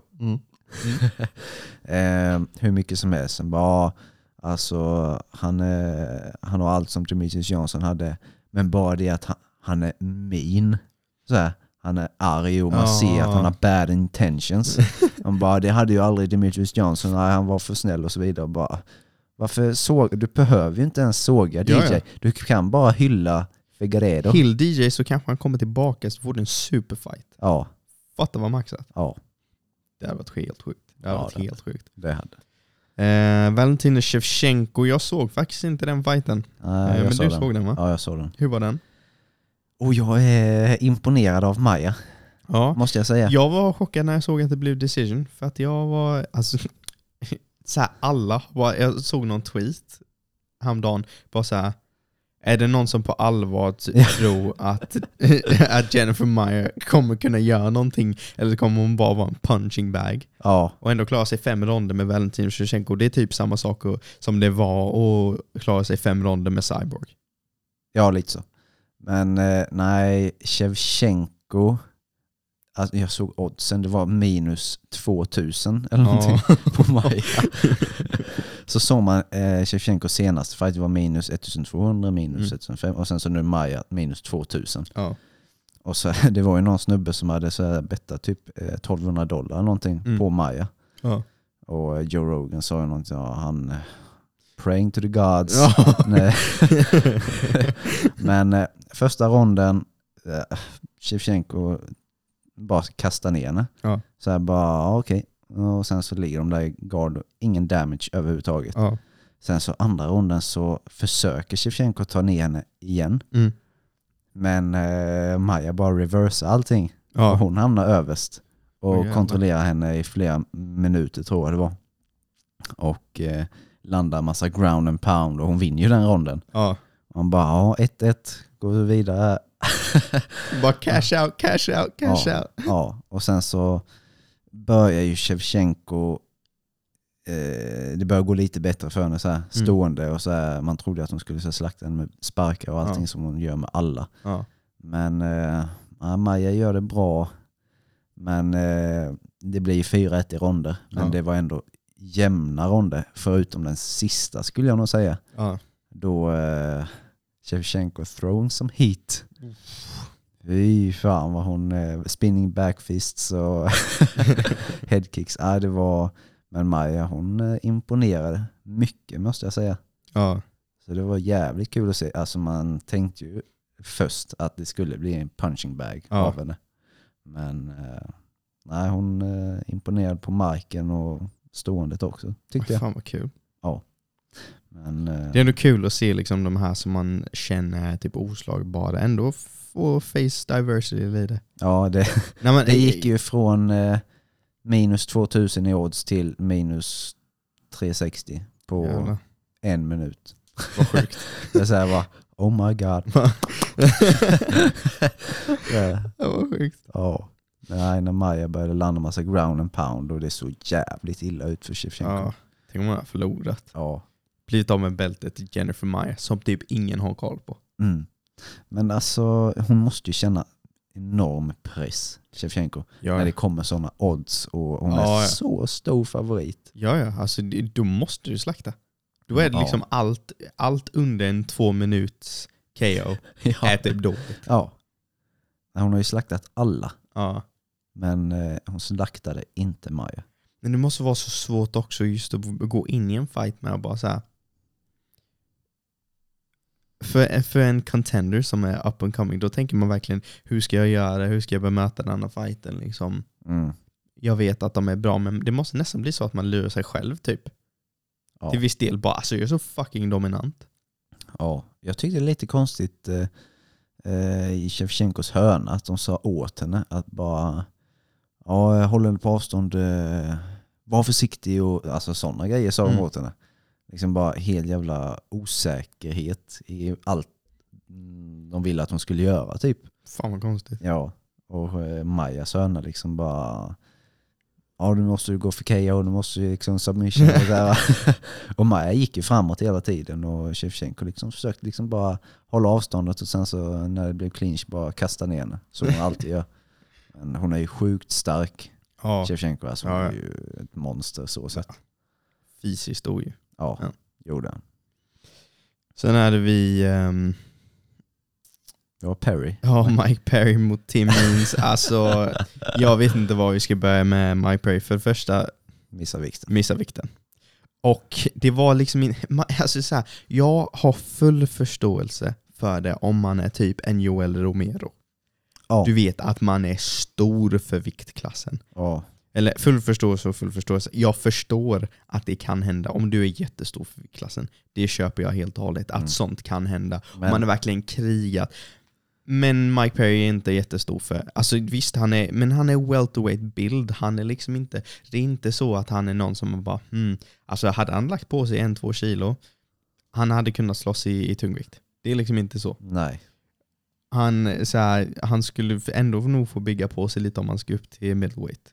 Hur mycket som helst. Bara, alltså, han har allt som Demetrius Johnson hade, men bara det att han är mean. Så här, han är arg och man ser att han har bad intentions. Han bara, det hade ju aldrig Demetrius Johnson. Nej, han var för snäll och så vidare. Bara, varför du behöver ju inte ens såga DJ. Ja. Du kan bara hylla Figueiredo. Hyll DJ så kanske han kommer tillbaka så får du en superfight. Ja. Fatta vad maxat. Ja. Det hade varit helt sjukt. Helt sjukt. Det hade. Valentina Shevchenko, jag såg faktiskt inte den fighten. Men du såg den, va? Ja, jag såg den. Hur var den? Och jag är imponerad av Maja. Ja. Måste jag säga. Jag var chockad när jag såg att det blev decision. För att jag var... Alltså, så här, jag såg någon tweet häromdagen. Bara så här... Är det någon som på allvar tror att Jennifer Maia kommer kunna göra någonting, eller kommer hon bara vara en punching bag? Ja. Och ändå klara sig 5 ronder med Valentina Shevchenko. Det är typ samma sak som det var att klara sig 5 ronder med Cyborg. Ja, lite så. Men nej, Shevchenko, alltså, jag såg oddsen, det var minus 2000 eller någonting på Maja. Så såg man Shevchenko senast fight var minus 1200, minus 1500 och sen så nu Maja minus 2000. Ja. Och så det var ju någon snubbe som hade så här bettat typ $1200 eller någonting på Maja. Ja. Och Joe Rogan sa ju någonting, han praying to the gods. Men första ronden Shevchenko bara kastar ner henne. Ja. Så här bara okej. Och sen så ligger de där i guard, ingen damage överhuvudtaget. Ja. Sen så andra ronden så försöker Shevchenko ta ner henne igen. Men Maja bara reversar allting. Ja. Och hon hamnar överst och kontrollerar henne i flera minuter, tror jag det var. Och landar massa ground and pound och hon vinner ju den ronden. Ja. Och han bara 1-1, går vi vidare. Bara cash out. Ja, och sen så börjar ju Shevchenko det börjar gå lite bättre för henne så här, stående och så här, man trodde att hon skulle så slakta henne med sparkar och allting som hon gör med alla. Ja. Men Maja gör det bra, men det blir 4-1 i ronder, men det var ändå jämna ronder förutom den sista, skulle jag nog säga. Ja. Då Shevchenko throwing some heat. Fy fan vad hon spinning backfists och headkicks. Det var, men Maja hon imponerade mycket, måste jag säga. Ja. Så det var jävligt kul att se. Alltså man tänkte ju först att det skulle bli en punching bag av henne. Men nej, hon imponerade på marken och ståendet också, tyckte jag. Fan vad kul. Ja. Men, det är ändå kul att se liksom de här som man känner är typ oslagbara ändå få face diversity lite. Ja, det gick ju från minus 2000 i odds till minus 360 på 1 minut. Vad sjukt. Det är så här bara, oh my god. Det var sjukt. Ja. Nej, när Maja började landa massa ground and pound och det såg jävligt illa ut för Shevchenko. Ja, tänk om hon har förlorat. Ja. Blivit av med bältet till Jennifer Maia som typ ingen har koll på. Men alltså, hon måste ju känna enorm press, Shevchenko, när det kommer sådana odds och hon är så stor favorit. Ja, alltså då måste du slakta. Då är det liksom allt under en 2 minuts KO är typ dåligt. Ja. Hon har ju slaktat alla. Ja. Men hon slaktade inte Maja. Men det måste vara så svårt också just att gå in i en fight med och bara så här. För en contender som är up and coming, då tänker man verkligen, hur ska jag göra, hur ska jag bemöta den andra fighten liksom. Jag vet att de är bra, men det måste nästan bli så att man lurar sig själv typ. Ja. Till viss del bara, alltså jag är så fucking dominant. Ja, jag tyckte det är lite konstigt i Shevchenkos hörna att de sa åt henne att bara Ja, håll henne på avstånd. Var försiktig och alltså sådana grejer sa de åt henne. Liksom bara helt jävla osäkerhet i allt de ville att hon skulle göra typ. Fan vad konstigt. Ja, och Maja söner liksom bara ja, du måste gå för KO, du måste liksom submission och där. Och Maja gick ju framåt hela tiden och Shevchenko liksom försökte liksom bara hålla avståndet och sen så när det blev clinch bara kasta ner henne som hon alltid gör. Men hon är ju sjukt stark. Ja. Shevchenko alltså, hon är ju ett monster så sett. Fysiskt ju. Ja, gjorde han. Sen hade vi ja, Perry. Ja, Mike Perry mot Tim Means. Alltså, jag vet inte var vi ska börja med Mike Perry. För det första, missa vikten. Och det var liksom alltså så här, jag har full förståelse för det om man är typ en Joel Romero. Du vet att man är stor för viktklassen. Eller full förståelse. Jag förstår att det kan hända om du är jättestor för viktklassen. Det köper jag helt och hållet. Att sånt kan hända. Men man är verkligen krigat. Men Mike Perry är inte jättestor för. Alltså visst, han är welterweight build. Han är liksom inte. Det är inte så att han är någon som bara alltså hade han lagt på sig 1-2 kilo, han hade kunnat slåss i tungvikt. Det är liksom inte så. Nej. Han skulle ändå nog få bygga på sig lite om han ska upp till middleweight.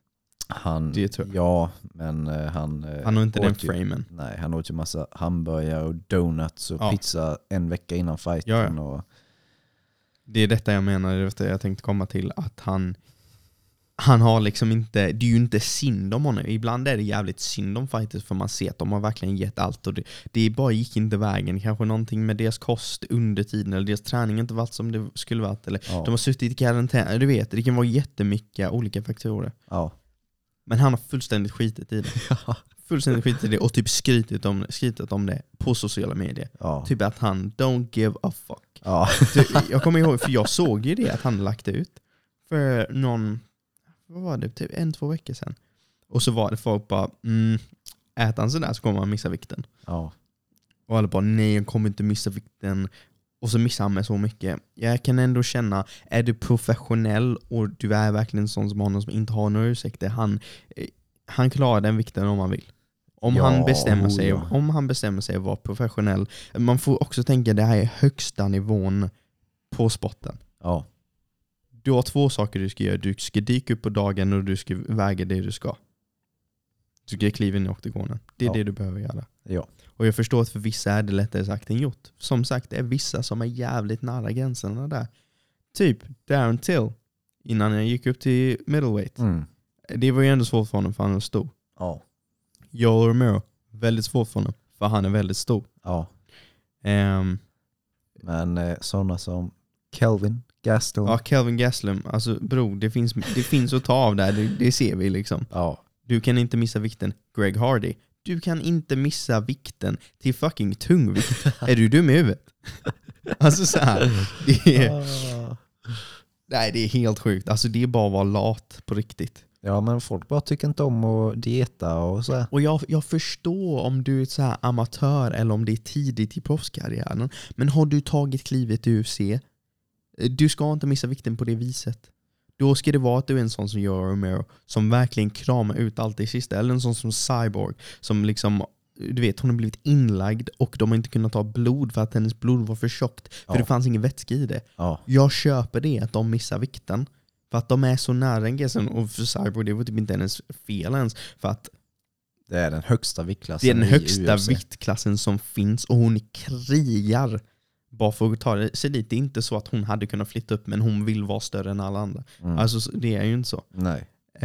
Men han har inte den framen. Nej, han åt ju massa hamburgare och donuts och pizza en vecka innan fighten. Ja. Och det är detta jag menar, det jag tänkte komma till, att han har liksom inte, det är ju inte synd om honom. Ibland är det jävligt synd om fighters för man ser att de har verkligen gett allt och det bara gick inte vägen. Kanske någonting med deras kost under tiden eller deras träning inte varit som det skulle varit eller de har suttit i karantän. Du vet, det kan vara jättemycket olika faktorer. Ja. Men han har fullständigt skitit i det. Fullständigt skitit i det och typ skrytit om det på sociala medier. Typ att han don't give a fuck. Jag kommer ihåg, för jag såg ju det att han lagt ut för vad var det, typ 1-2 veckor sedan. Och så var det folk bara äter han sådär så kommer han missa vikten. Och alla bara nej, jag kommer inte missa vikten. Och så missar han med så mycket. Jag kan ändå känna, är du professionell och du är verkligen sån som honom som inte har några ursäkter, han klarar den vikten om han vill. Om han bestämmer sig att vara professionell. Man får också tänka, det här är högsta nivån på sporten. Du har 2 saker du ska göra. Du ska dyka upp på dagen och du ska väga det du ska. Du ska kliva in i oktagonen. Det är det du behöver göra. Och jag förstår att för vissa är det lättare sagt än gjort. Som sagt, det är vissa som är jävligt nära gränserna där. Typ Darren Till. Innan jag gick upp till middleweight. Det var ju ändå svårt för honom för han var stor. Joel Romero, väldigt svårt för honom för han är väldigt stor. Men sådana som Kelvin Gastelum. Ja, Kelvin Gastelum. Alltså bro, det finns att ta av där. Det ser vi liksom. Du kan inte missa vikten. Greg Hardy. Du kan inte missa vikten till fucking tungvikt. Är du dum i huvudet? Alltså så här. Nej, det är helt sjukt. Alltså det är bara att vara lat på riktigt. Ja, men folk bara tycker inte om att dieta och så här. Och jag förstår om du är så här amatör eller om det är tidigt i proffskarriären. Men har du tagit klivet i UFC, du ska inte missa vikten på det viset. Då ska det vara att du är en sån som Joel Romero som verkligen kramar ut allt i sista. Eller en sån som Cyborg som liksom, du vet, hon har blivit inlagd och de har inte kunnat ta blod för att hennes blod var för tjockt. För det fanns ingen vätska i det. Jag köper det att de missar vikten. För att de är så nära en gräsen. Och för Cyborg, det var typ inte hennes fel ens. För att det är den högsta viktklassen. Det är den högsta viktklassen som finns. Och hon krigar bara för att ta det. Så det är inte så att hon hade kunnat flytta upp. Men hon vill vara större än alla andra. Alltså det är ju inte så. Nej.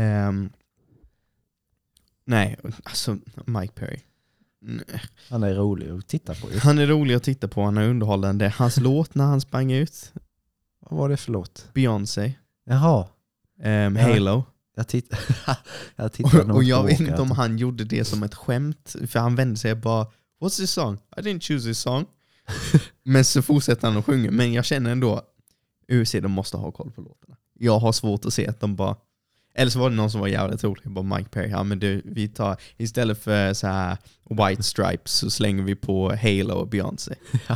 Nej, alltså Mike Perry. Han är rolig att titta på. Han är rolig att titta på. Han är underhållande. Hans låt när han sprang ut. Vad var det för låt? Beyoncé. Jaha. Halo. Jag tittar och jag vet inte om han gjorde det som ett skämt. För han vände sig bara, what's this song? I didn't choose this song. Men så fortsätter han att sjunga. Men jag känner ändå, UFC, de måste ha koll på låtarna. Jag har svårt att se att de bara... Eller så var det någon som var jävligt rolig. Bara Mike Perry. Ja, men vi tar, istället för så här White Stripes så slänger vi på Halo och Beyoncé.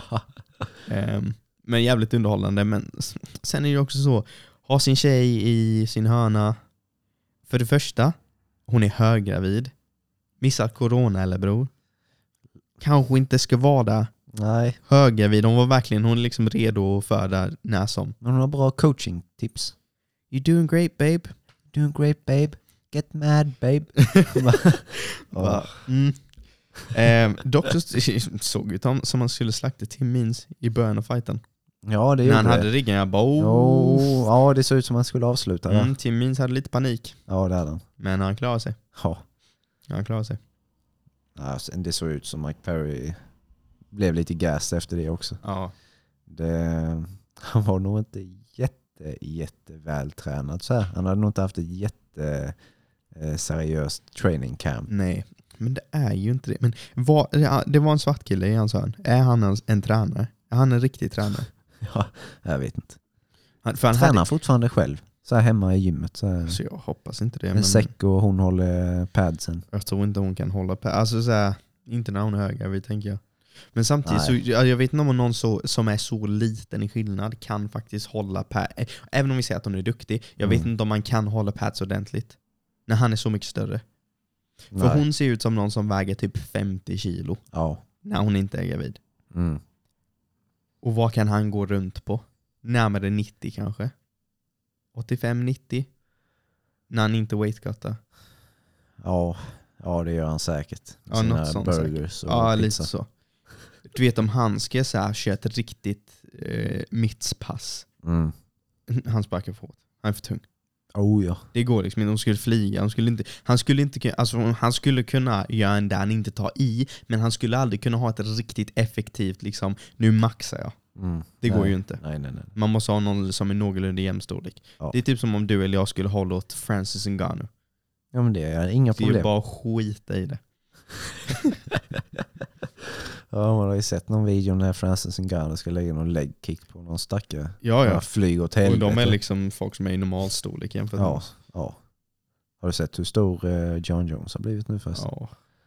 Men jävligt underhållande. Men sen är det också så, ha sin tjej i sin hörna, För det första, hon är höggravid. Missar corona eller bror. Kanske inte ska vara där. Nej. Höggravid, hon är liksom redo att föda när som. Men hon har bra coaching-tips. You're doing great, babe. Doing great, babe. Get mad, babe. Dock såg ut som han skulle slakta Tim Means i början av fighten. Ja, det när gjorde han det. hade riggen, jag bara ja, det såg ut som han skulle avsluta. Ja. Tim Means hade lite panik. Ja, det hade han. Men han klarade sig. Ja. Han klarade sig. Ja, det såg ut som Mike Perry blev lite gas efter det också. Ja. Han var nog inte jätte vältränad så här. Han hade nog inte haft ett seriöst training camp. Nej, men det är ju inte det. Men det var en svart kille i hans hörn. Är han en tränare? Är han en riktig tränare? Ja, jag vet inte. Han tränar fortfarande själv. Så här hemma i gymmet. Så jag hoppas inte det. En säck och hon håller padsen. Jag tror inte hon kan hålla alltså så här, inte när hon är höggravid, tänker jag. Men samtidigt så, jag vet inte om någon som är så liten i skillnad kan faktiskt hålla även om vi säger att hon är duktig. Jag vet inte om man kan hålla pads ordentligt när han är så mycket större. Nej. För hon ser ut som någon som väger typ 50 kilo. Ja. När hon inte är gravid. Mm. Och vad kan han gå runt på? Närmare 90 kanske. 85-90. När han inte weightcuttar. Ja, det gör han säkert. Ja, något sånt burgers säkert. Ja, pizza. Lite så. Du vet om han ska köra ett riktigt mittspass. Han sparkar för hårt. Han är för tung. Oh ja. Det går liksom inte. De skulle flyga. Han skulle kunna göra en där han inte tar i. Men han skulle aldrig kunna ha ett riktigt effektivt liksom, nu maxar jag. Det går ju inte. Nej. Man måste ha någon som är någorlunda jämnstorlek. Ja. Det är typ som om du eller jag skulle hålla åt Francis Ngannou. Ja, men det är inga problem. Det är bara skita i det. Ja, man har ju sett någon video när Francis Ngannou ska lägga någon leg kick på någon stackare. Ja. Flyg åt helvete. Och de är liksom folk som är i normalstorlek jämfört med oss. Ja. Har du sett hur stor John Jones har blivit nu först? Ja.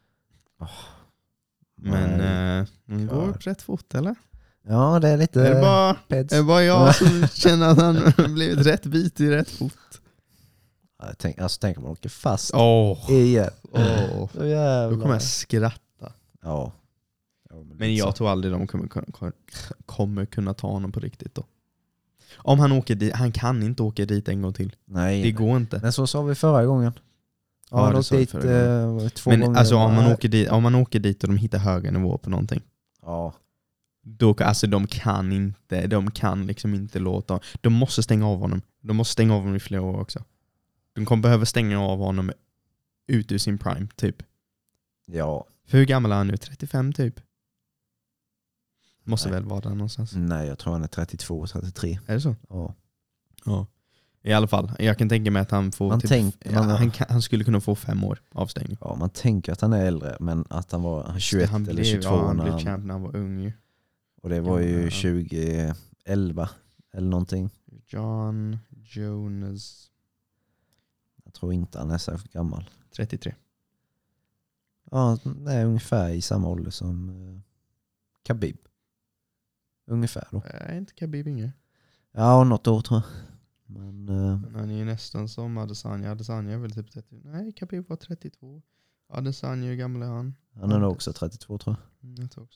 Men hon går upp rätt fort, eller? Ja, det är lite... Är det bara jag som känner att han har blivit rätt bitig rätt fort? Tänk om man åker fast igen. Då kommer jag skratta. Ja. Men jag tror aldrig de kommer kunna ta honom på riktigt då. Om han åker dit, han kan inte åka dit en gång till. Nej. Det går inte. Men så sa vi förra gången. Ja, han åkte dit 2 gånger. Alltså om man åker dit och de hittar höga nivåer på någonting. Ja. Då, alltså de kan liksom inte låta. De måste stänga av honom. De måste stänga av honom i flera år också. De kommer behöva stänga av honom ut ur sin prime, typ. Ja. För hur gammal är han nu? 35 typ? Måste väl vara där någonstans. Nej, jag tror han är 32, 33. Är det så? Ja. I alla fall, jag kan tänka mig att han får han skulle kunna få 5 år avstängning. Ja, man tänker att han är äldre, men att han var 21 eller 22 han blev champ när han var ung. Och det var ju 2011 eller någonting. John Jones. Jag tror inte han är så gammal. 33. Ja, det är ungefär i samma ålder som Khabib. Ungefär då. Är inte Khabib yngre? Ja, något år tror jag. Men han är ju nästan som Adesanya. Adesanya är väl typ 30. Nej, Khabib var 32. Adesanya, hur gammal är han? Han är nog också 32 tror jag. Jag tror också.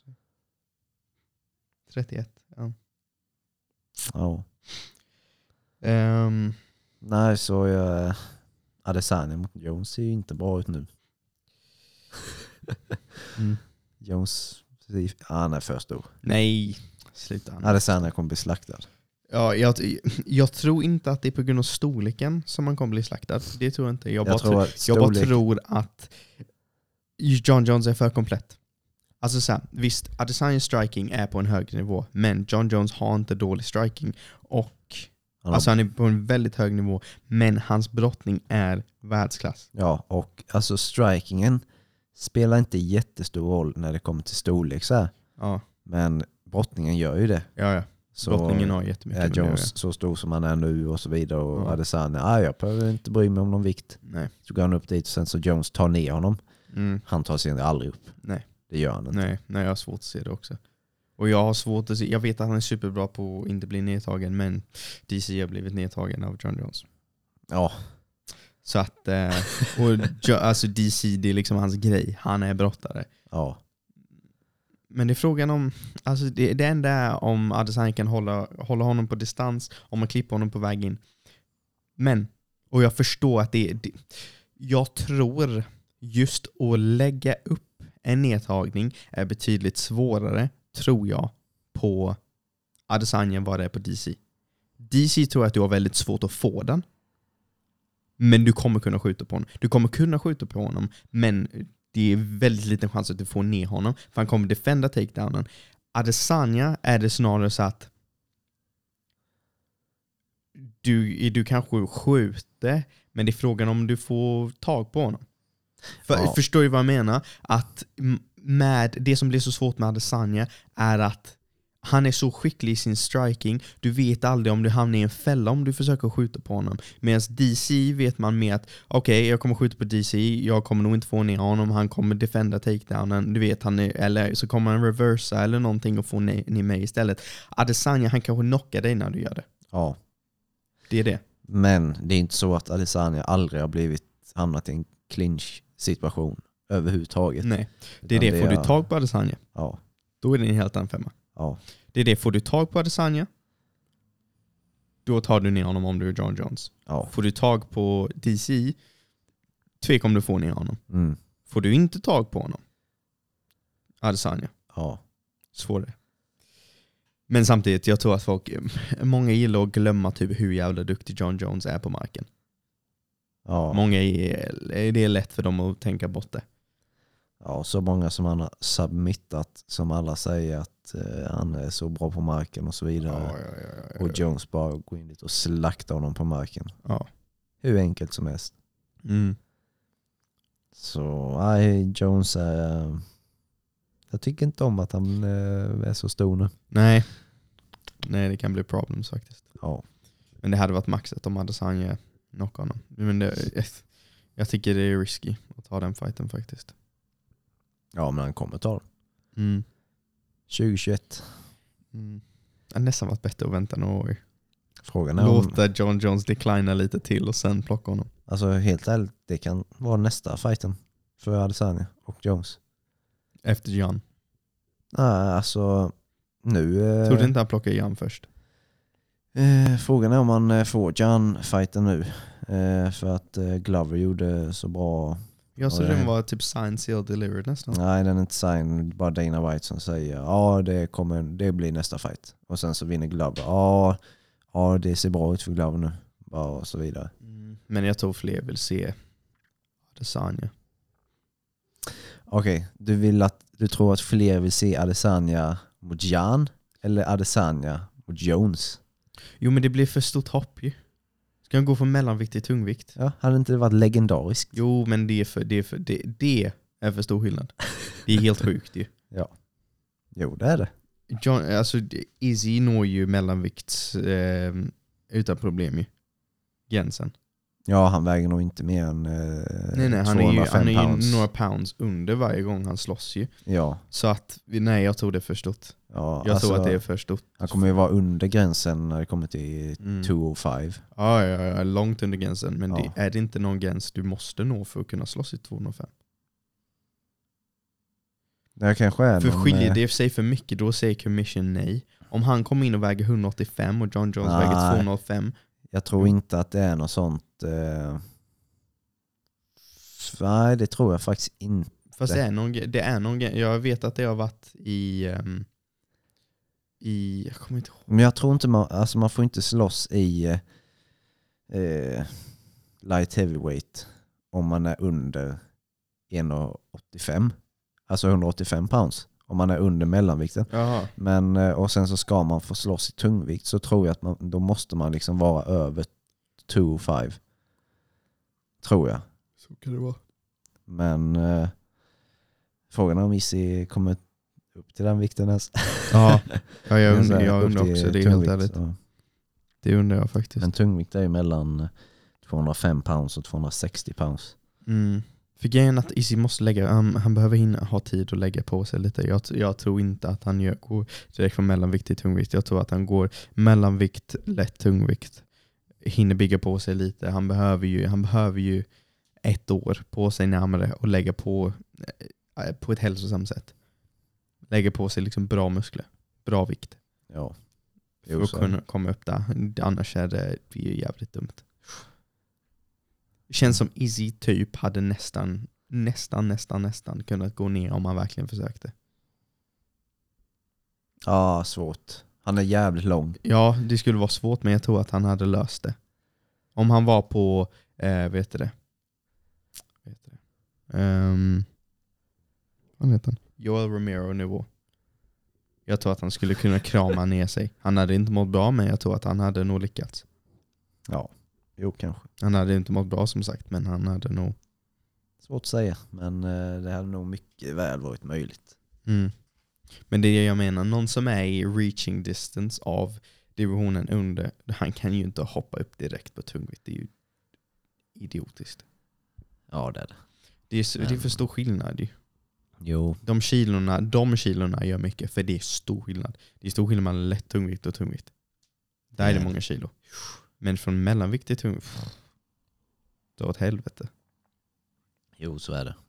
31, ja. Ja. Nej, så Adesanya mot Jones ser ju inte bra ut nu. Jones, han är för stor. Nej, sluta. Adesanya kommer bli slaktad. Ja, jag tror inte att det är på grund av storleken som man kommer bli slaktad. Det tror jag inte. Jag bara tror att John Jones är för komplett. Alltså så här, visst, Adesanya striking är på en högre nivå, men John Jones har inte dålig striking och han är på en väldigt hög nivå, men hans brottning är världsklass. Ja, och alltså strikingen spelar inte jättestor roll när det kommer till storlek så här. Ja. Men brottningen gör ju det. Ja. Så brottningen har jättemycket. Är Jones så stor som han är nu och så vidare och Adesanya, jag behöver inte bry mig om någon vikt. Nej. Så går han upp dit och sen så Jones tar ner honom. Han tar sig aldrig upp. Nej. Det gör han inte. Nej, jag har svårt att se det också. Och jag har svårt att se, jag vet att han är superbra på att inte bli nedtagen, men DC har blivit nedtagen av John Jones. Ja. Så att, alltså DC, det är liksom hans grej. Han är brottare. Ja. Men det är frågan om, alltså det enda är om Adesanya kan hålla honom på distans, om man klipper honom på väg in. Men, och jag förstår att jag tror just att lägga upp en nedtagning är betydligt svårare, tror jag, på Adesanya än vad det är på DC. DC tror att du har väldigt svårt att få den. Men du kommer kunna skjuta på honom. Du kommer kunna skjuta på honom, men det är väldigt liten chans att du får ner honom. För han kommer defenda takedownen. Adesanya är det snarare så att du kanske skjuter, men det är frågan om du får tag på honom. Förstår du vad jag menar? Att med det som blir så svårt med Adesanya är att han är så skicklig i sin striking. Du vet aldrig om du hamnar i en fälla om du försöker skjuta på honom. Medan DC vet man med att okej, jag kommer skjuta på DC. Jag kommer nog inte få ner honom. Han kommer defenda takedownen. Du vet, eller så kommer han reversa eller någonting och få ner mig istället. Adesanya, han kanske knockar dig när du gör det. Ja. Det är det. Men det är inte så att Adesanya aldrig har hamnat i en clinch-situation överhuvudtaget. Nej, det är det. Får du tag på Adesanya, ja, då är det en helt annan femma. Ja. Det är det. Får du tag på Adesanya, då tar du ner honom om du är John Jones. Ja. Får du tag på DC, tvek om du får ner honom. Mm. Får du inte tag på honom, Adesanya, ja, svårare. Men samtidigt, jag tror att många gillar att glömma typ hur jävla duktig John Jones är på marken. Ja. Det är lätt för dem att tänka bort det. Ja, så många som han har submittat, som alla säger att han är så bra på marken och så vidare. Ja. Och Jones bara går in dit och slaktar honom på marken. Ja. Hur enkelt som helst. Mm. Så Jones är... Jag tycker inte om att han är så stor nu. Nej, det kan bli problems faktiskt. Ja. Men det hade varit maxat om Adesanya knockar honom. Men jag tycker det är risky att ta den fighten faktiskt. Ja, men han kommer ta den. Mm. 2021. Mm. Det har nästan varit bättre att vänta några år. Frågan är låta John Jones declina lite till och sen plocka honom. Alltså helt ärligt, det kan vara nästa fighten för Adesanya och Jones. Efter Jan. Nej, alltså nu... Tror du inte han plockar Jan först? Frågan är om han får Jan-fighten nu. För att Glover gjorde så bra. Jag tror den var typ signed, sealed, delivered nästan. Nej, den är inte signed. Bara Dana White som säger det blir nästa fight. Och sen så vinner Glover. Ja, det ser bra ut för Glover nu. Bara och så vidare. Men jag tror fler vill se Adesanya. Okej, du tror att fler vill se Adesanya mot Jan eller Adesanya mot Jones? Jo, men det blir för stort hopp ju. Ska han gå från mellanvikt till tungvikt? Ja, hade inte det varit legendariskt? Jo, men det är för stor skillnad. Det är helt sjukt ju. Ja. Jo, det är det. Izzy når ju mellanvikt utan problem ju. Gränsen. Ja, han väger nog inte mer än nej, han 205 är pounds. ju några pounds under varje gång han slåss ju. Ja. Så att, nej, jag tror det är för stort. Ja, jag tror att det är för stort. Han kommer ju vara under gränsen när det kommer till 205. Ja, långt under gränsen. Men är det inte någon gräns du måste nå för att kunna slåss i 205? Det kanske är för skiljer det sig för mycket, då säger commission nej. Om han kommer in och väger 185 och John Jones väger 205. Jag tror inte att det är något sånt. Nej, det tror jag faktiskt inte. Fast det är någon jag vet att det har varit i jag kommer inte ihåg. Men jag tror inte man får inte slåss i light heavyweight om man är under 1,85. Alltså 185 pounds. Om man är under mellanvikten. Jaha. Men, och sen så ska man få slåss i tungvikt, så tror jag att då måste man liksom vara över 205. Tror jag. Så kan det vara. Men frågan är om Izzy kommer upp till den vikten ens. Ja, jag undrar också. Det är helt ärligt. Ja. Det undrar jag faktiskt. Men tungvikt är ju mellan 205 pounds och 260 pounds. Mm. För grejen att Izzy måste lägga, han behöver ha tid att lägga på sig lite. Jag tror inte att han går direkt från mellanvikt till tungvikt. Jag tror att han går mellanvikt, lätt tungvikt hinner bygga på sig lite. Han behöver ju 1 år på sig närmare och lägga på ett hälsosamt sätt. Lägga på sig liksom bra muskler. Bra vikt. Ja. För att kunna komma upp där. Annars är det ju jävligt dumt. Det känns som Izzy typ hade nästan kunnat gå ner om han verkligen försökte. Ja, svårt. Han är jävligt lång. Ja, det skulle vara svårt, men jag tror att han hade löst det. Om han var på, vad heter han? Joel Romero-nivå. Jag tror att han skulle kunna krama ner sig. Han hade inte mått bra, men jag tror att han hade nog lyckats. Ja, jo kanske. Han hade inte mått bra som sagt, men han hade nog... Svårt att säga, men det hade nog mycket väl varit möjligt. Mm. Men det jag menar, någon som är i reaching distance av divisionen under, han kan ju inte hoppa upp direkt på tungvikt. Det är ju idiotiskt. Ja, det är det. Det är för stor skillnad ju. Jo. De kilorna gör mycket, för det är stor skillnad. Det är stor skillnad mellan lätt tungvikt och tungvikt. Där är det många kilo. Men från mellanvikt till tungvikt, det är åt helvete. Jo, så är det.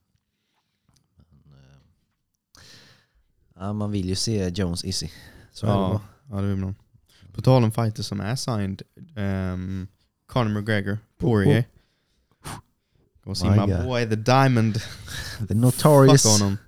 Men, man vill ju se Jones Izzy. Så är det bra. Ja, det är bra. På tal om fighters som är signed, Conor McGregor, Poirier. Go see my boy, the Diamond. The Notorious. Fuck honom.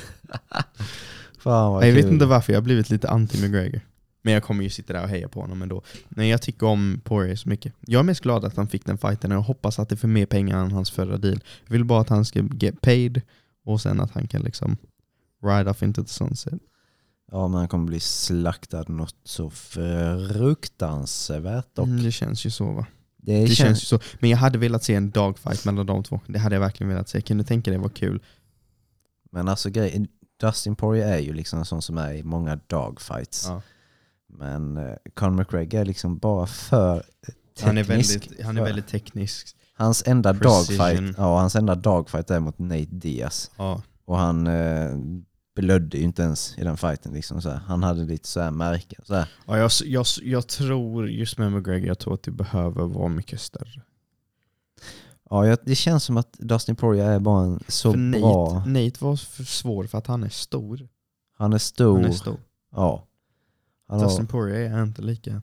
Fan vad Jag vet kul. inte varför jag har blivit lite anti-McGregor. Men jag kommer ju sitta där och heja på honom ändå. Men jag tycker om Poirier så mycket. Jag är mest glad att han fick den fighten och jag hoppas att det får mer pengar än hans förra deal. Jag vill bara att han ska get paid och sen att han kan liksom ride off into the sunset. Ja, men han kommer bli slaktad något så fruktansvärt dock. Det känns ju så, va? Det känns ju så. Men jag hade velat se en dogfight mellan de två. Det hade jag verkligen velat se. Kan du tänka dig, det var kul? Men alltså grejen, Dustin Poirier är ju liksom en sån som är i många dogfights. Ja. Men Conor McGregor är liksom bara för teknisk. Han är väldigt teknisk. Hans enda Precision. dogfight är mot Nate Diaz. Ja. Och han blödde ju inte ens i den fighten liksom så här. Han hade lite så här märken så här. Ja, jag tror just med McGregor, jag tror att det behöver vara mycket större. Ja, det känns som att Dustin Poirier är bara en så för bra... Nate var för svår för att han är stor. Han är stor. Ja. Ja. Dustin Poirier är inte lika.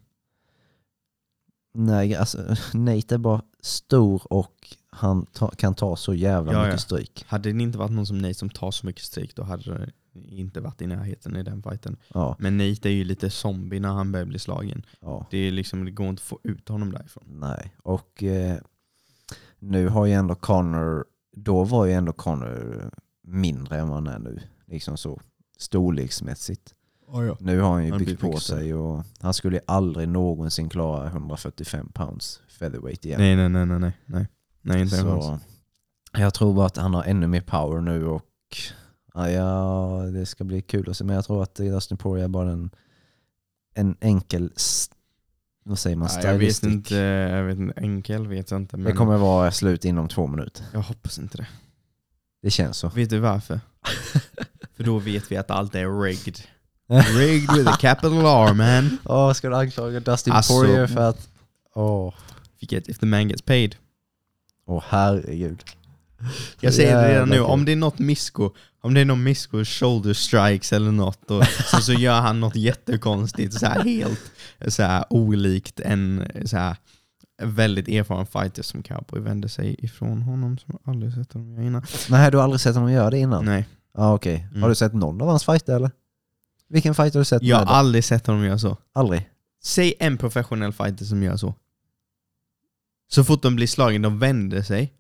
Nej, alltså Nate är bara stor och han kan ta så jävla mycket stryk. Hade det inte varit någon som Nate som tar så mycket stryk, då hade det inte varit i närheten i den fighten. Ja. Men Nate är ju lite zombie när han börjar bli slagen. Ja. Det är liksom, det går inte att få ut honom därifrån. Nej, och nu har ju ändå Conor, då var ju ändå Conor mindre än vad han är nu. Liksom så storleksmässigt. Ja. Nu har han ju Han byggt på sig och han skulle aldrig någonsin klara 145 pounds featherweight igen. Nej, inte en chans. Så jag tror bara att han har ännu mer power nu och ja, det ska bli kul att se. Men jag tror att Dustin Poirier är bara en enkel, vad säger man, stylistic. Jag vet inte, enkel vet jag inte. Men det kommer vara slut inom 2 minuter. jag hoppas inte det. Det känns så. Vet du varför? För då vet vi att allt är rigged. Rigged with a capital R, man. Ska du anklaga Dustin Poirier för att... If the man gets paid. Herregud. Jag säger det redan nu, om det är någon misco shoulder strikes eller något, och så gör han något jättekonstigt, så här helt så här olikt en så här väldigt erfaren fighter som Cowboy vänder sig ifrån honom, som jag aldrig sett honom göra innan. Nej, du har aldrig sett honom göra det innan? Nej. Okej. Har du sett någon av hans fighter eller? Vilken fighter har du sett? Jag har aldrig sett honom göra så. Aldrig? Säg en professionell fighter som gör så. Så fort de blir slagen, de vänder sig.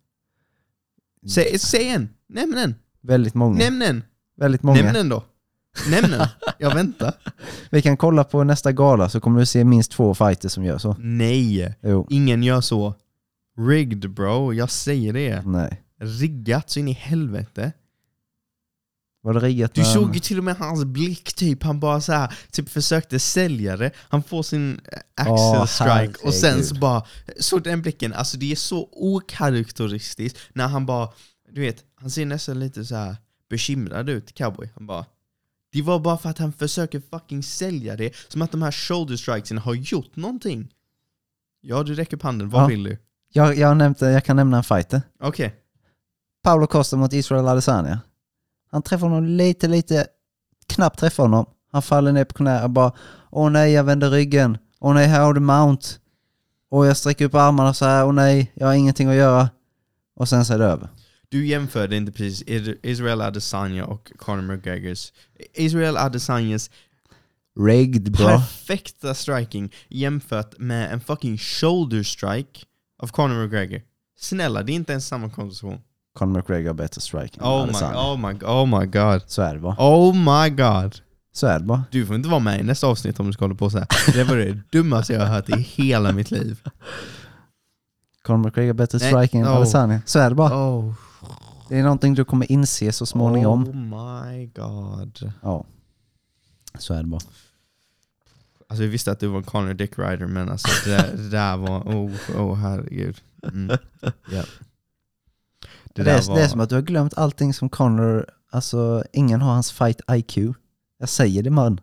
Säg en. Nämn en. Väldigt många. Nämn en. Väldigt många. Nämn en då. Nämn en. Jag väntar. Vi kan kolla på nästa gala så kommer du se minst 2 fighters som gör så. Nej. Jo. Ingen gör så. Rigged, bro. Jag säger det. Nej. Riggat så in i helvete. Var det riggat? Du såg ju till och med hans blick typ. Han bara så här, typ försökte sälja det. Han får sin axel strike och sen så bara så den blicken. Alltså det är så okaraktäristiskt när han bara, du vet, han ser nästan lite så här bekymrad ut, Cowboy. Han bara, det var bara för att han försöker fucking sälja det, som att de här shoulder strikesen har gjort någonting. Ja, du räcker upp handen. Vad vill du? Jag kan nämna en fighter. Okej. Paulo Costa mot Israel Adesanya. Han träffar honom lite, knappt träffar honom. Han faller ner på knä och bara, åh nej, jag vänder ryggen. Åh nej, här har du mount. Och jag sträcker upp armarna så här, åh nej, jag har ingenting att göra. Och sen så är det över. Du jämförde inte precis Israel Adesanya och Conor McGregors. Israel Adesanyas Rigged, bro. perfekta striking jämfört med en fucking shoulder strike av Conor McGregor. Snälla, det är inte ens samma konstruktion. Conor McGregor har bättre striking. Oh my god. Så är det bara. Oh my god. Så är det bara. Du får inte vara med i nästa avsnitt om du ska hålla på så här. Det var det dummaste jag har hört i hela mitt liv. Conor McGregor har bättre striking än Adesanya. Så är det bara. Det är någonting du kommer inse så småningom. Oh my god. Ja. Så är det bara. Alltså vi visste att du var en Conor Dick Rider, men alltså det där var herregud. Yeah. Det är som att du har glömt allting som Conor, alltså ingen har hans fight IQ. Jag säger det, man.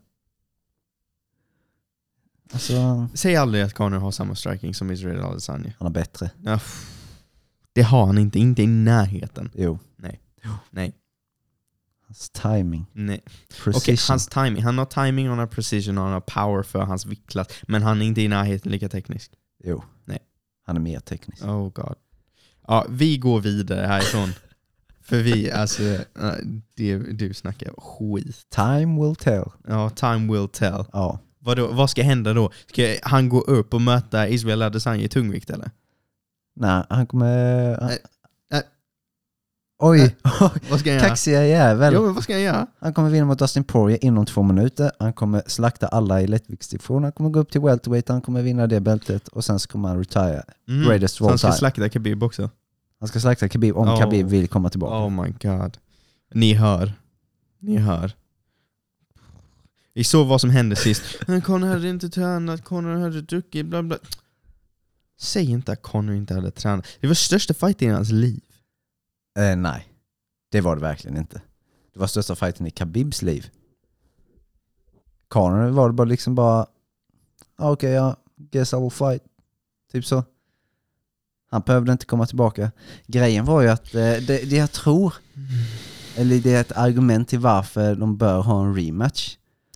Alltså, säg aldrig att Conor har samma striking som Israel Adesanya. Han har bättre. Ja, det har han inte i närheten. Jo. Nej. Hans timing. Nej. Okej, hans timing. Han har timing, han har precision och han har power för hans viktklass. Men han är inte i närheten lika teknisk. Jo. Nej. Han är mer teknisk. Oh god. Ja, vi går vidare härifrån. För vi, alltså, du snackar skit. Time will tell. Ja, time will tell. Ja. Vad ska hända då? Ska han gå upp och möta Israel Adesanya i tungvikt eller? Nej, han kommer... Oj, vad ska jag göra? Kaxiga jävel. Jo, men vad ska jag göra? Han kommer vinna mot Dustin Poirier inom 2 minuter. Han kommer slakta alla i lättviktsdivision. Han kommer gå upp till welterweight. Han kommer vinna det bältet. Och sen så kommer han retire. Greatest of all time. Han ska slakta Khabib också. Han ska slakta Khabib om Khabib vill komma tillbaka. Oh my god. Ni hör. Vi såg vad som hände sist. Conor hade inte tränat. Conor hade druckit. Bla bla. Säg inte att Conor inte hade tränat. Det var största fighten i hans liv. Nej, det var det verkligen inte. Det var största fighten i Khabibs liv. Conor var det bara liksom bara okej, guess I will fight. Typ så. Han behövde inte komma tillbaka. Grejen var ju att det jag tror, eller det är ett argument till varför de bör ha en rematch.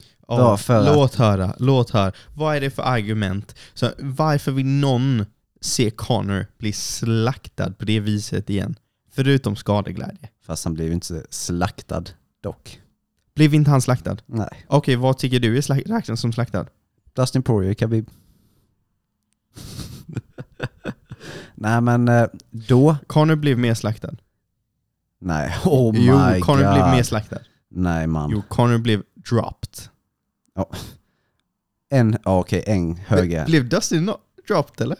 Låt höra. Vad är det för argument? Så varför vill någon se Conor bli slaktad på det viset igen? Förutom skadeglädje. Fast han blev inte slaktad dock. Blev inte han slaktad? Nej. Okej, vad tycker du är räknas som slaktad? Dustin Poirier, Khabib. Nej, men då... Conor blev mer slaktad. Nej, oh my god. Jo, Conor blev mer slaktad. Nej, man. Jo, Conor blev dropped. Oh. En höger. Blev Dustin dropped, eller?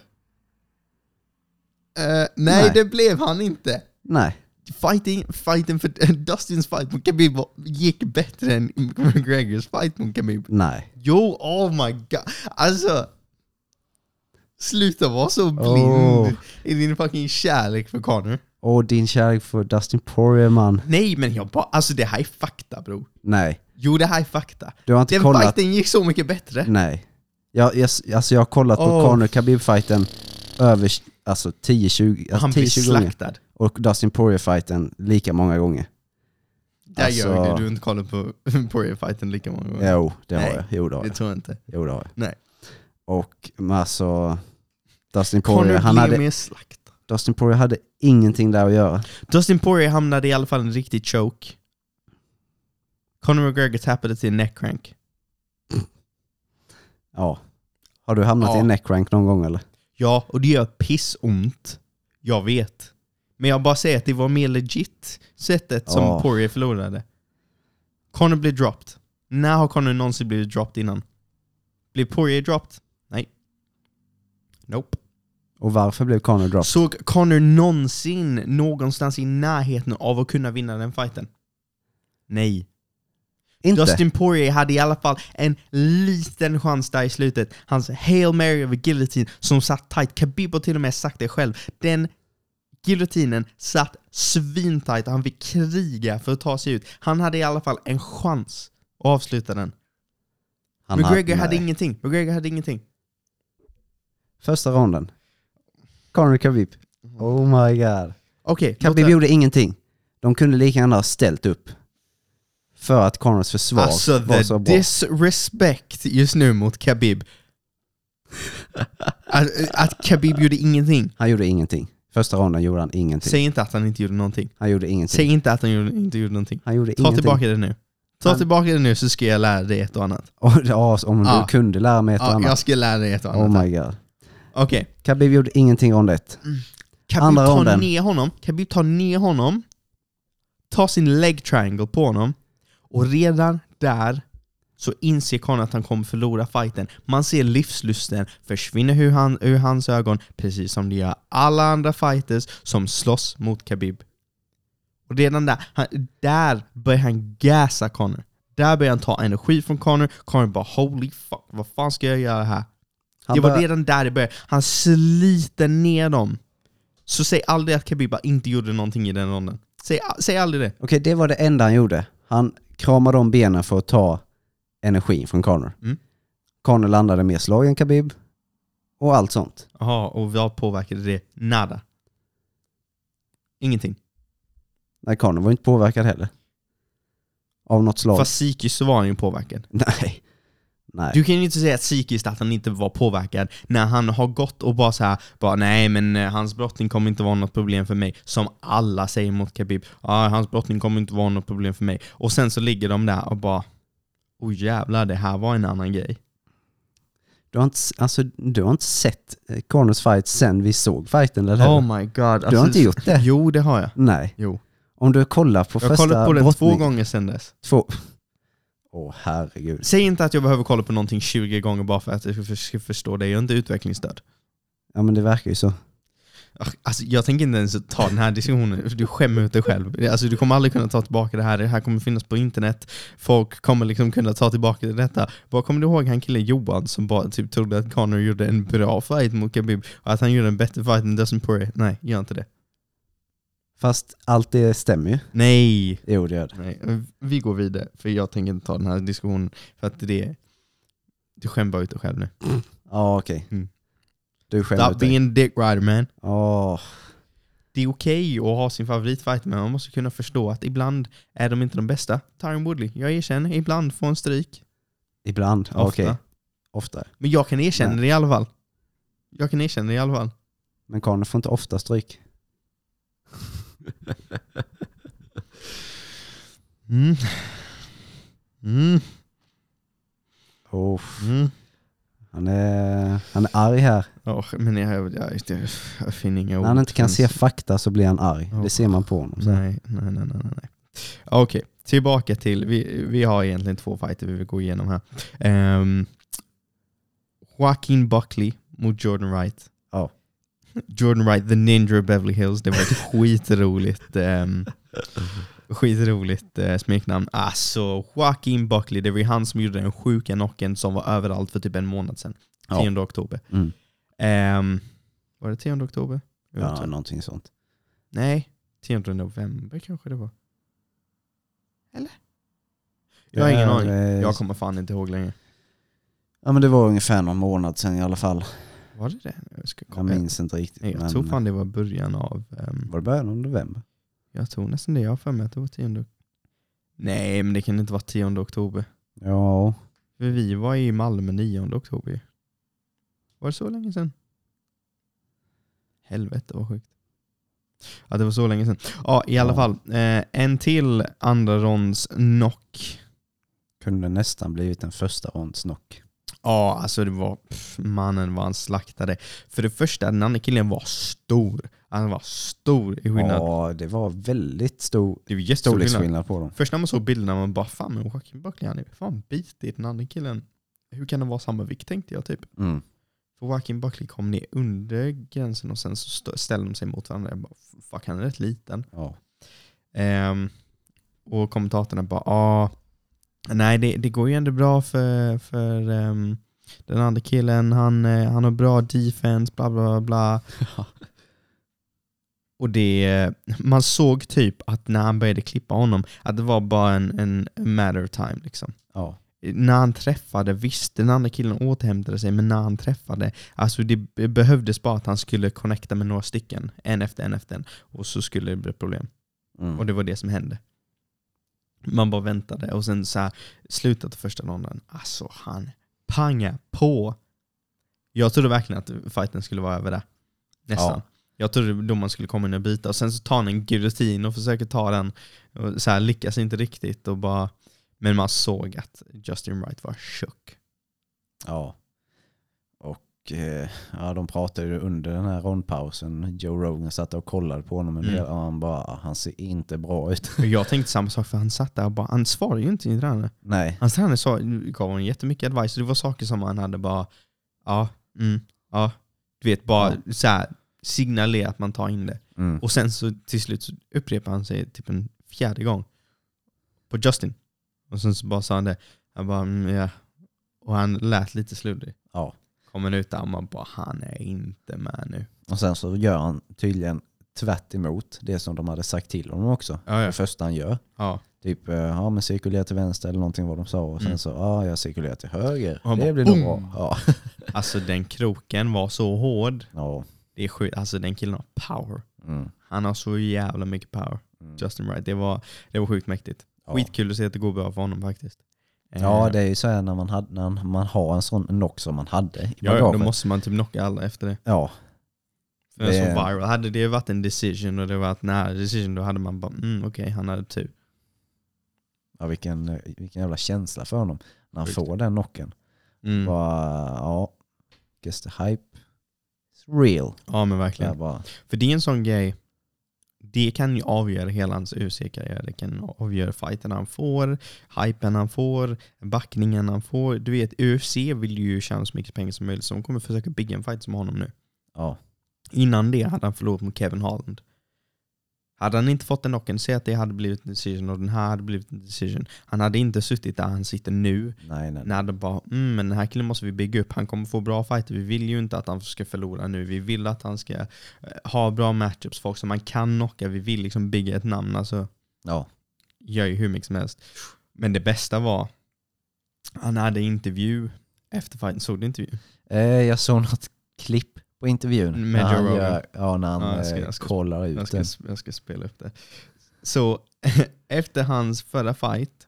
Nej, det blev han inte. Nej. Fighten för Dustins fight mot Khabib gick bättre än McGregors fight mot Khabib. Nej. Jo, oh my god. Alltså, sluta vara så blind i din fucking kärlek för Conor. Din kärlek för Dustin Poirier, man. Nej, men alltså det här är fakta, bro. Nej. Jo, det här är fakta. Du har inte den kollat. fighten gick så mycket bättre. Nej. Jag har kollat på Conor Khabib-fighten över 10-20 han blir slaktad. Och Dustin Poirier-fighten lika många gånger. Där gör du. Du har inte kollat på Poirier-fighten lika många gånger. Jo, det har jag. Jo, det har jag. Det tror jag inte. Jo, det har jag. Nej. Och alltså Dustin Poirier, Dustin Poirier hade ingenting där att göra. Dustin Poirier hamnade i alla fall en riktig choke. Conor McGregor tappade till en neckcrank. Ja. Har du hamnat i en neckcrank någon gång eller? Ja, och det gör pissont. Jag vet. Men jag bara säger att det var mer legit sättet som Poirier förlorade. Conor blev dropped. När har Conor någonsin blivit dropped innan? Blev Poirier dropped? Nej. Nope. Och varför blev Conor dropped? Såg Conor någonsin någonstans i närheten av att kunna vinna den fighten? Nej. Inte. Dustin Poirier hade i alla fall en liten chans där i slutet. Hans Hail Mary över guillotine som satt tight. Khabib har till och med sagt det själv. Den guillotinen satt svintight och han fick kriga för att ta sig ut. Han hade i alla fall en chans att avsluta den. McGregor hade ingenting. Första ronden. Conor Khabib. Oh my god. Okej, Khabib gjorde ingenting. De kunde lika gärna ha ställt upp. För att Conors försvar alltså var så the bra. disrespect just nu mot Khabib. att Khabib gjorde ingenting. Han gjorde ingenting. Första ronden gjorde han ingenting. Säg inte att han inte gjorde någonting. Han gjorde ingenting. Säg inte att han inte gjorde någonting. Han gjorde Ta ingenting. tillbaka det nu. Tillbaka det nu så ska jag lära dig ett och annat. Om du kunde lära mig ett och annat. Jag ska lära dig ett och annat. Oh my god. Okej. Khabib gjorde ingenting rond 1. Khabib tar ner honom. Tar sin leg triangle på honom. Och redan där så inser Conor att han kommer förlora fighten. Man ser livslusten försvinna ur hans ögon, precis som det gör alla andra fighters som slåss mot Khabib. Och redan där börjar han gasa Conor. Där börjar han ta energi från Conor. Conor bara, holy fuck, vad fan ska jag göra här? Det var redan där det började. Han sliter ner dem. Så säg aldrig att Khabib inte gjorde någonting i den ronden. Säg aldrig det. Okej, det var det enda han gjorde. Han kramade om benen för att ta energi från Conor. Conor landade mer slag än Khabib. Och allt sånt. Jaha, och vad påverkade det? Nada. Ingenting. Nej, Conor var inte påverkad heller. Av något slag. Fast psykiskt så var han ju påverkad. Nej. Du kan ju inte säga att psykiskt att han inte var påverkad när han har gått och bara så här, nej men hans brottning kommer inte vara något problem för mig, som alla säger mot Khabib. Hans brottning kommer inte vara något problem för mig. Och sen så ligger de där och bara, jävlar, det här var en annan grej. Du har inte sett Conors fight sen vi såg fighten, eller? Oh my god. Du har inte gjort det? Jo, det har jag. Nej. Jo. Om du kollar på första brottning. Jag har kollat på den 2 gånger sen dess. 2. Herregud. Säg inte att jag behöver kolla på någonting 20 gånger bara för att jag ska förstå det. Jag är inte utvecklingsstöd. Ja, men det verkar ju så. Alltså, jag tänker inte ens ta den här diskussionen. Du skämmer ut dig själv. Alltså, du kommer aldrig kunna ta tillbaka det här. Det här kommer finnas på internet. Folk kommer liksom kunna ta tillbaka detta. Vad kommer du ihåg han killen Johan som bara typ trodde att Conor gjorde en bra fight mot Khabib och att han gjorde en bättre fight än Dustin Poirier? Nej, gör inte det. Fast allt det stämmer ju. Nej. Jo, det gör det. Nej. Vi går vidare, för jag tänker inte ta den här diskussionen för att du skämmer bara ut dig själv nu. Ja, okej. Du skämmer Stop being dick rider, man. Det är okej att ha sin favoritfight, men man måste kunna förstå att ibland är de inte de bästa. Tyron Woodley, jag erkänner, ibland får en stryk. Ibland, okej. Ofta. Men jag kan erkänna det i alla fall. Men Conor får inte ofta stryk. Han är arg här. Men jag finner inga ord. När han inte kan se fakta så blir han arg. Det ser man på honom. Så. Nej. Okej, tillbaka till vi har egentligen 2 fighter vi vill gå igenom här. Joaquin Buckley mot Jordan Wright. Jordan Wright, the Ninja of Beverly Hills. Det var ett skitroligt smeknamn. Alltså, Joaquin Buckley, det var han som gjorde den sjuka knocken som var överallt för typ en månad sedan. 10 oktober. Var det 10 oktober? Ja, någonting sånt. Nej, 10 november kanske det var. Eller? Jag har ingen aning. Jag kommer fan inte ihåg längre. Ja, men det var ungefär någon månad sedan i alla fall. Var det det? Jag minns inte riktigt. Jag tror fan det var början av... Var det början av november? Jag tror nästan det. Jag har för mig att det var 10. Nej, men det kan inte vara 10 oktober. Ja. För vi var i Malmö 9 oktober. Var det så länge sedan? Helvete, vad sjukt. Ja, det var så länge sedan. Ja, i alla fall. En till andra ronds knock. Kunde nästan blivit en första ronds knock. Ja, alltså det var... mannen var han slaktade. För det första, den andra killen var stor. Han var stor i skillnad. Ja, det var väldigt stor storleksskillnad på dem. Först när man såg bilderna man bara, fan, men Joaquin Buckley, han är fan bitig. Den andra killen, hur kan det vara samma vikt, tänkte jag typ. För Joaquin Buckley kom ner under gränsen och sen så ställde de sig mot varandra. Jag bara, fuck, han är rätt liten. Ja. Och kommentatorerna bara, nej, det går ju ändå bra för den andra killen. Han har bra defense, bla bla bla. Och man såg typ att när han började klippa honom att det var bara en matter of time liksom. Ja. när han träffade, visst den andra killen återhämtade sig, men när han träffade, alltså det behövdes bara att han skulle connecta med några stycken, en efter en, och så skulle det bli problem. Och det var det som hände. Man bara väntade, och sen så här, slutet av första ronden, alltså han pangade på. Jag trodde verkligen att fighten skulle vara över där. Nästan. Ja. Jag trodde då man skulle komma in och bita, och sen så tar han en giljotin och försöker ta den, och så här lyckas inte riktigt, och bara, men man såg att Justin Wright var chock. Ja. Och de pratade ju under den här rondpausen. Joe Rogan satt och kollade på honom, och han ser inte bra ut. Jag tänkte samma sak, för han satt där och bara, han svarade ju inte sin tränare. Nej. Hans tränare gav honom jättemycket advice, och det var saker som han hade bara, du vet, bara så här signalera att man tar in det. Och sen så till slut så upprepar han sig typ en 4:e gång på Justin. Och sen så bara sa han det. Han bara, ja. Och han lät lite sluddig. Ja. Kommer ut där och man bara, han är inte med nu. Och sen så gör han tydligen tvärt emot det som de hade sagt till honom också. Ja. Det första han gör. Ja. Typ, men cirkulera till vänster eller någonting vad de sa. Och sen så, jag cirkulerar till höger. Och det bara, blir nog bra. Ja. Alltså den kroken var så hård. Ja. Det är sjukt. Alltså den killen har power. Han har så jävla mycket power. Justin Wright. Det var sjukt mäktigt. Skitkul att se att det går bra för honom faktiskt. Ja, det är ju så här när man har en sån knock som man hade i bagaget. Ja, då måste man typ knocka alla efter det. Ja. För det är så viral. Hade det varit en decision och det varit nära decision, då hade man bara, okej, han hade tur. Ja, vilken jävla känsla för honom när han får den knocken. Guess the hype is real. Ja, men verkligen. För det är en sån grej, det kan ju avgöra hela hans UFC-karriär. Det kan avgöra fighten han får, hypen han får, backningen han får. Du vet, UFC vill ju tjäna så mycket pengar som möjligt, så de kommer försöka bygga en fight som honom nu. Ja. Innan det hade han förlorat mot Kevin Holland. Hade han inte fått en knocken, säg att det hade blivit en decision och den här hade blivit en decision. Han hade inte suttit där han sitter nu. Nej. När det bara, men den här killen måste vi bygga upp. Han kommer få bra fighter. Vi vill ju inte att han ska förlora nu. Vi vill att han ska ha bra matchups, folk som man kan knocka. Vi vill liksom bygga ett namn. Alltså, gör ju hur mycket som helst. Men det bästa var, han hade intervju efter fighten. Såg du intervju? Jag såg något klipp på intervjun med Joe Rogan. När han kollar ut jag ska spela upp det. Så efter hans förra fight,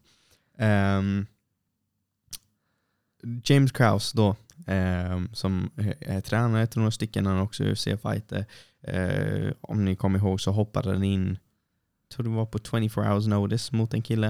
James Krause då, som är tränare till några stycken, han också UFC-fighter, om ni kommer ihåg så hoppade han in, tror det var på 24 hours notice mot en kille.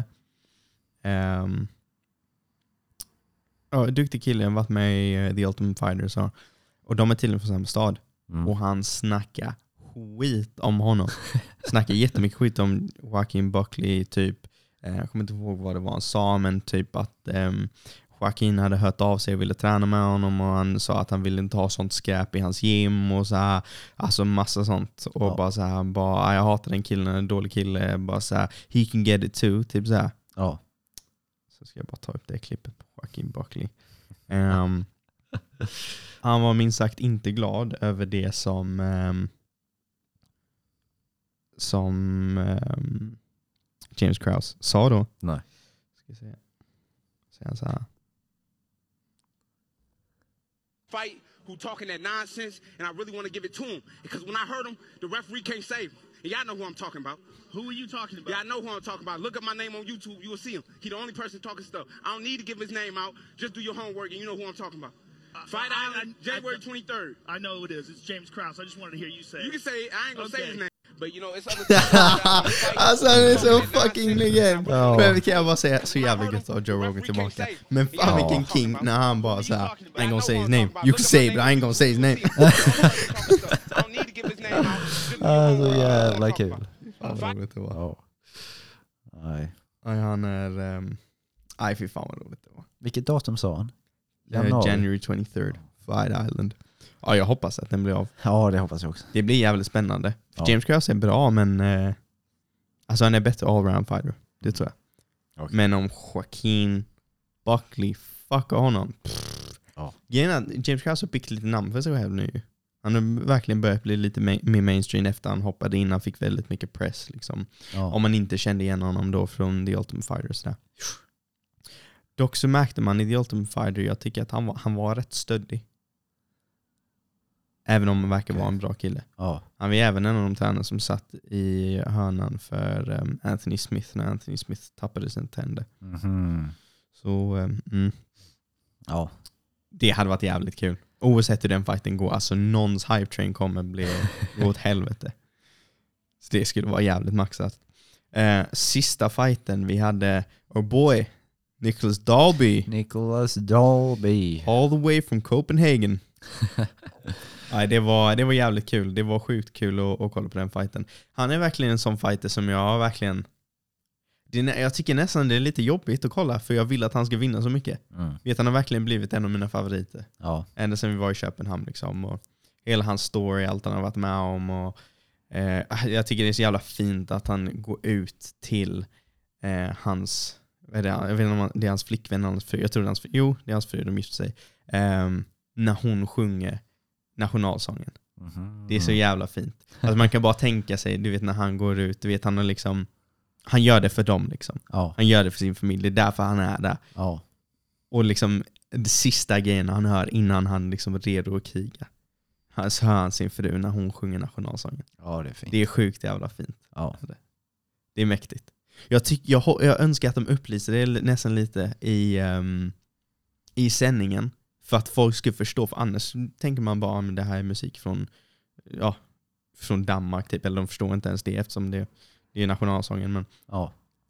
Duktig kille, varit med i The Ultimate Fighter, så. Och de är till och med från samma stad. Och han snackar skit om honom. Snackar jättemycket skit om Joaquin Buckley. Typ, jag kommer inte ihåg vad det var han sa, men typ att Joaquin hade hört av sig och ville träna med honom. Och han sa att han ville inte ha sånt skräp i hans gym. Och så här, alltså massa sånt. Och bara så här, jag hatar den killen, en dålig kille. Bara så här, he can get it too. Typ så här. Ja. Så ska jag bara ta upp det klippet på Joaquin Buckley. Han var minst sagt inte glad över det som James Krause sa då. Nej. Ska se. Säger han så här. Fight who talking that nonsense, and I really want to give it to him because when I heard him, the referee can't save him. And y'all know who I'm talking about. Who are you talking about? Yeah, I know who I'm talking about. Look up my name on YouTube, you will see him. He the only person talking stuff. I don't need to give his name out. Just do your homework, and you know who I'm talking about. Fight Island, January 23rd. I know who it is. It's James Krause. I just wanted to hear you say it. You can say it. I ain't gonna say his name. But you know, it's other alltså han är så fucking legend. Men kan jag bara säga så jävla gött av Joe Rogan tillbaka. Men fan vilken king när han bara så här, I ain't gonna say his name. You can say it, but I ain't gonna say his name. Så jävla kul. Fan vad roligt det var. Nej. Han är... Nej, fy fan vad roligt det var. Vilket datum sa han? January 23rd, Fight Island. Ja, jag hoppas att den blir av. Ja, det hoppas jag också. Det blir jävligt spännande. James Krause är bra, men alltså han är bättre all-round fighter. Det tror jag. Okay. Men om Joaquin Buckley fuckar honom. James Krause har byggt lite namn för sig själv nu. Han har verkligen börjat bli lite mer mainstream efter han hoppade in. Han fick väldigt mycket press. Liksom. Om man inte kände igen honom då från The Ultimate Fighters. Där. Dock så märkte man i The Ultimate Fighter, jag tycker att han var rätt stöddig. Även om han verkar vara en bra kille. Ja. Han var även en av de tränare som satt i hörnan för Anthony Smith när Anthony Smith tappade sin tänder. Så Ja. det hade varit jävligt kul. Oavsett hur den fighten går. Alltså någons hype train kommer gå åt helvete. Så det skulle vara jävligt maxat. Sista fighten vi hade, oh boy, Nicholas Dalby. All the way from Copenhagen. Nej, det var jävligt kul. Det var sjukt kul att kolla på den fighten. Han är verkligen en sån fighter som jag verkligen... Jag tycker nästan det är lite jobbigt att kolla, för jag vill att han ska vinna så mycket. Vet, han har verkligen blivit en av mina favoriter. Ja. Ända sedan vi var i Köpenhamn liksom. Och hela hans story, allt han har varit med om. Och, jag tycker det är så jävla fint att han går ut till hans... Jag vet inte om det är hans flickvän eller hans fru. Jag tror det är hans fru. Jo, det är hans fru, de gifter sig. När hon sjunger nationalsången. Det är så jävla fint. Alltså man kan bara tänka sig, du vet när han går ut, du vet han har liksom... Han gör det för dem liksom. Ja. Han gör det för sin familj. Det är därför han är där. Ja. Och liksom det sista grejen han hör innan han liksom är redo att kriga. Så hör han sin fru när hon sjunger nationalsången. Ja, det är fint. Det är sjukt jävla fint. Ja. Det är mäktigt. Jag önskar att de upplyser det nästan lite i sändningen. För att folk ska förstå. För annars tänker man bara att det här är musik från Danmark typ. Eller de förstår inte ens det eftersom det är nationalsången. Men, ja.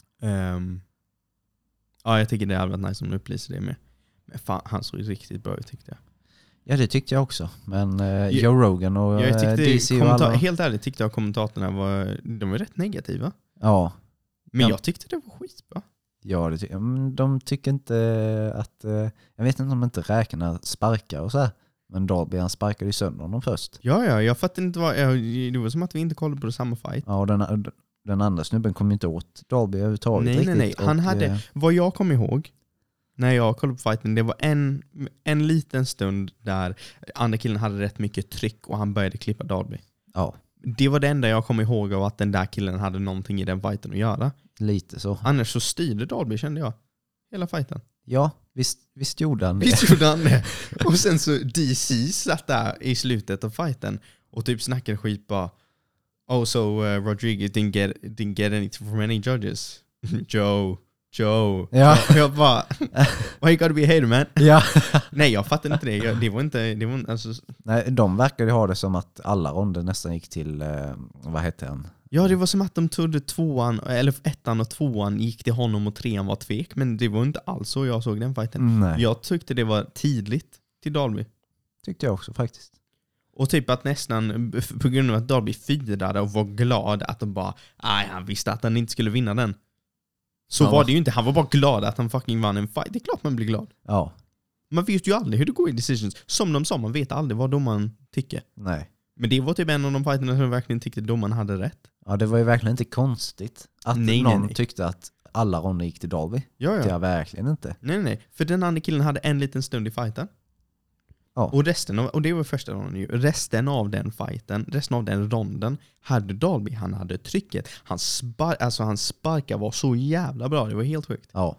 Jag tycker det är väldigt nice om de upplyser det med. Men fan, han såg riktigt bra ut tyckte jag. Ja, det tyckte jag också. Men Joe Rogan och DC och alla... Helt ärligt tyckte jag kommentatorerna var rätt negativa. Ja. Men jag tyckte det var skitbra. Ja, de tycker inte att... jag vet inte om de inte räknar sparkar och så här. Men Dalby, han sparkade ju sönder honom först. Ja, jag fattar inte det var som att vi inte kollade på samma fight. Ja, och den andra snubben kom inte åt Dalby överhuvudtaget riktigt. Nej. Han hade, vad jag kom ihåg när jag kollade på fighten, det var en liten stund där andra killen hade rätt mycket tryck och han började klippa Dalby. Ja. Det var det enda jag kom ihåg av att den där killen hade någonting i den fighten att göra. Lite så. Annars så styrde Dalby, kände jag. Hela fighten. Ja, visst gjorde han det. Visst gjorde han det. Och sen så DC satt där i slutet av fighten och typ snackade skit bara. Oh, so Rodriguez didn't get anything from any judges. Joe. Ja. Jag bara, why you gotta be a hater, man? Ja. Nej, jag fattar inte det. Det var inte alltså... Nej, de verkade ha det som att alla ronder nästan gick till, vad heter han? Ja, det var som att de trodde ettan och tvåan gick till honom och trean var tvek. Men det var inte alls så jag såg den fighten. Nej. Jag tyckte det var tidligt till Dalby. Tyckte jag också faktiskt. Och typ att nästan på grund av att Dalby firade och var glad att de bara, han visste att han inte skulle vinna den. Så var det ju inte. Han var bara glad att han fucking vann en fight. Det är klart man blir glad. Ja. Man vet ju aldrig hur det går i decisions. Som de sa, man vet aldrig vad domaren tycker. Nej. Men det var typ en av de fighterna som verkligen tyckte domaren hade rätt. Ja, det var ju verkligen inte konstigt att någon tyckte att alla ronder gick till Dalby. Ja. Det är verkligen inte. Nej. För den andra killen hade en liten stund i fighten. Ja. Och det var första ronden ju. Resten av den ronden hade Dalby, han hade trycket. Hans sparkar var så jävla bra, det var helt sjukt. Ja.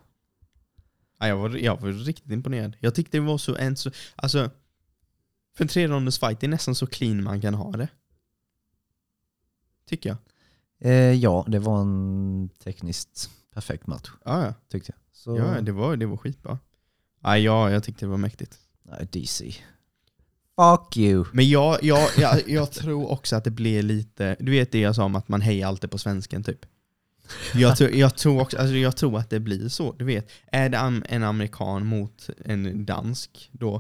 Jag var riktigt imponerad. Jag tyckte det var så alltså för en 3-ronders fight, det är nästan så clean man kan ha det. Tycker jag. Ja, det var en tekniskt perfekt match. Ja. Tyckte jag. Så... Ja, det var skitbra. Jag tyckte det var mäktigt. Nej, DC. Fuck you. Men jag tror också att det blir lite... Du vet det jag sa om att man hejar alltid på svensken typ. Jag tror att det blir så. Du vet, är det en amerikan mot en dansk då...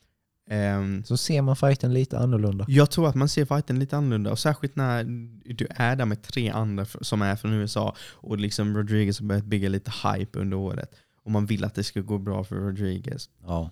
så ser man fighten lite annorlunda. Jag tror att man ser fighten lite annorlunda. Och särskilt när du är där med 3 andra som är från USA. Och liksom Rodriguez har börjat bygga lite hype under året. Och man vill att det ska gå bra för Rodriguez. Ja.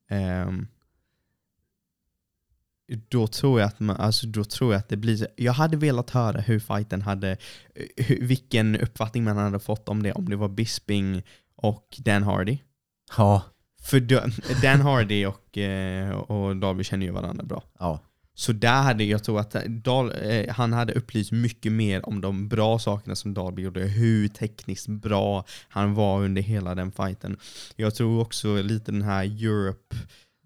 Då tror jag att det blir... Jag hade velat höra hur fighten hade... vilken uppfattning man hade fått om det. Om det var Bisping och Dan Hardy. Ja. För Dan Hardy och Dalby känner ju varandra bra. Ja. Så där hade jag tror att han hade upplyst mycket mer om de bra sakerna som Darby gjorde. Hur tekniskt bra han var under hela den fighten. Jag tror också lite den här Europe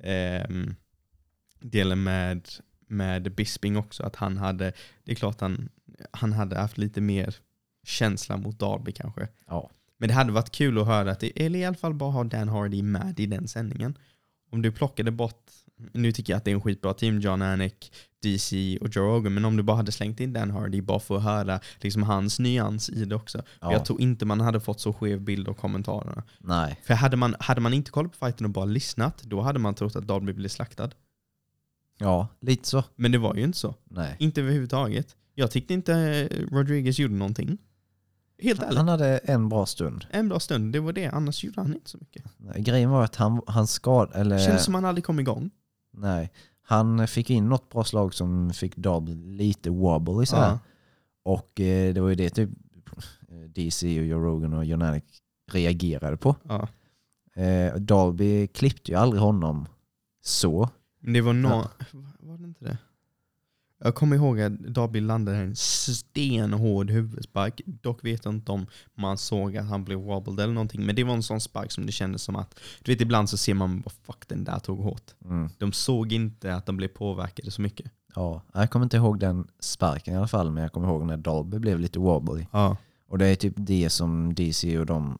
delen med Bisping också. Att han hade, det är klart han hade haft lite mer känsla mot Darby kanske. Ja. Men det hade varit kul att höra att det, eller i alla fall bara ha Dan Hardy med i den sändningen. Om du plockade bort, nu tycker jag att det är en skitbra team, John Anik, DC och Joe Rogan, men om du bara hade slängt in Dan Hardy bara för att höra liksom hans nyans i det också. Ja. Jag tror inte man hade fått så skev bild av kommentarerna. Nej. För hade man inte kollat på fighten och bara lyssnat, då hade man trott att Darby blev slaktad. Ja, lite så. Men det var ju inte så. Nej. Inte överhuvudtaget. Jag tyckte inte Rodriguez gjorde någonting. Helt ärligt. Han hade en bra stund. En bra stund, det var det. Annars gjorde han inte så mycket. Nej, grejen var att han skad eller Känns som han aldrig kom igång. Nej. Han fick in något bra slag som fick Darby lite wobbly så här. Ja. Och det var ju det typ DC och Joe Rogan och John Anik reagerade på. Ja. Darby klippte ju aldrig honom så. Men det var var det inte det? Jag kommer ihåg att Darby landade en stenhård huvudspark. Dock vet jag inte om man såg att han blev wobbled eller någonting. Men det var en sån spark som det kändes som att, du vet, ibland så ser man bara fuck, den där tog hårt. Mm. De såg inte att de blev påverkade så mycket. Ja, jag kommer inte ihåg den sparken i alla fall, men jag kommer ihåg när Darby blev lite wobbly. Ja. Och det är typ det som DC och de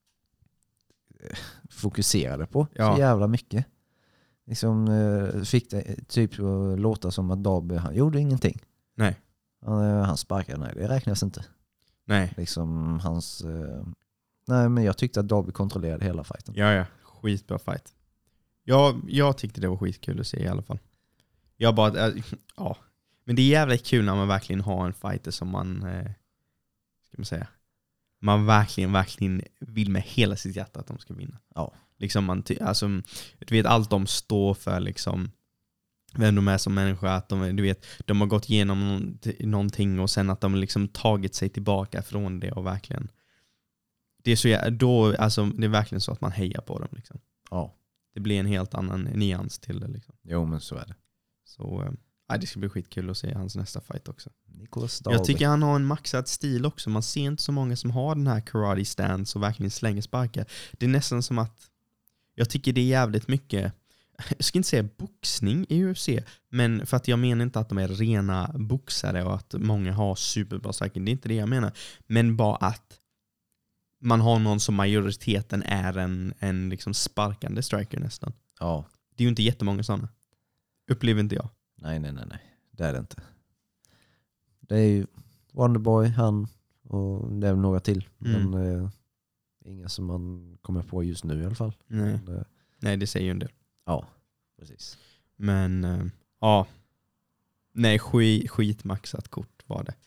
fokuserade på så jävla mycket. Liksom fick det typ att låta som att Darby, han gjorde ingenting. Nej. Han sparkade, nej, det räknas inte. Nej. Liksom hans... nej, men jag tyckte att Darby kontrollerade hela fighten. Ja. Skitbra fight. Jag tyckte det var skitkul att se i alla fall. Jag bara... ja. Men det är jävligt kul när man verkligen har en fighter som man... ska man säga... Man verkligen vill med hela sitt hjärta att de ska vinna. Ja. Liksom alltså, du vet allt de står för, liksom vem de är som människa, att de har gått igenom någonting och sen att de liksom tagit sig tillbaka från det och verkligen det är så då, alltså det är verkligen så att man hejar på dem liksom. Ja. Det blir en helt annan nyans till det liksom. Jo, men så är det. Så det ska bli skitkul att se hans nästa fight också. Nicholas Darby. Jag tycker han har en maxad stil också. Man ser inte så många som har den här karate stance och verkligen slänger sparkar. Det är nästan som att jag tycker det är jävligt mycket, jag ska inte säga boxning i UFC, men för att jag menar inte att de är rena boxare och att många har superbra striking. Det är inte det jag menar. Men bara att man har någon som majoriteten är en liksom sparkande striker nästan. Ja. Det är ju inte jättemånga sådana. Upplever inte jag. Nej. Det är det inte. Det är ju Wonderboy, han och det är några till. Men inga som man kommer på just nu i alla fall. Nej, men, nej det säger ju en del. Ja, precis. Men ja. Nej, skitmaxat kort var det.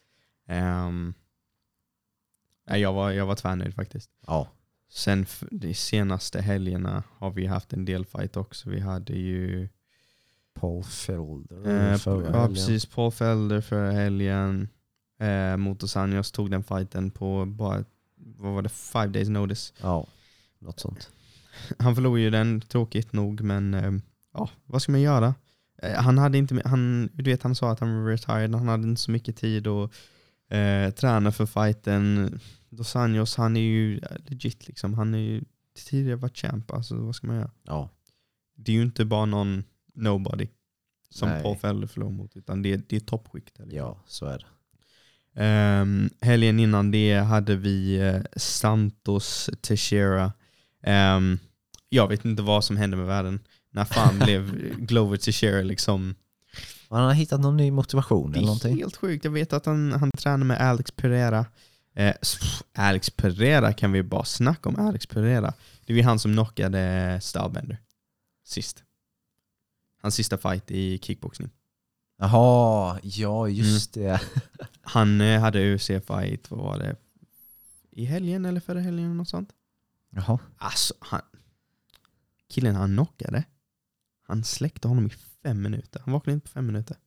Jag var tvärnöjd faktiskt. Ja. Sen de senaste helgerna har vi haft en del fight också. Vi hade ju Paul Felder ja, precis. Paul Felder förra helgen. Mot Dos Anjos tog den fighten på bara, vad var det, 5 days notice. Ja, något sånt. Han förlorade ju den, tråkigt nog, men ja, vad ska man göra? Han hade inte, han sa att han var retired, han hade inte så mycket tid att träna för fighten. Dos Anjos, han är ju legit liksom, han är ju tidigare varit champ, alltså vad ska man göra? Ja. Det är ju inte bara någon nobody som Nej. Paul Felder förlorade mot, utan det är toppskikt. Ja, så är det. Helgen innan det hade vi Santos Teixeira. Jag vet inte vad som hände med världen. När fan blev Glover Teixeira liksom... Han har hittat någon ny motivation Det eller är någonting. helt sjukt. Jag vet att han tränar med Alex Pereira. Alex Pereira, kan vi bara snacka om Alex Pereira. Det är ju han som knockade Stylebender sist. Hans sista fight i kickboxning. Jaha, ja just det. Han hade UFC-fight, vad var det? I helgen eller förra helgen eller något sånt? Jaha. Alltså, killen han knockade, han släckte honom i 5 minuter. Han vaknade inte på 5 minuter.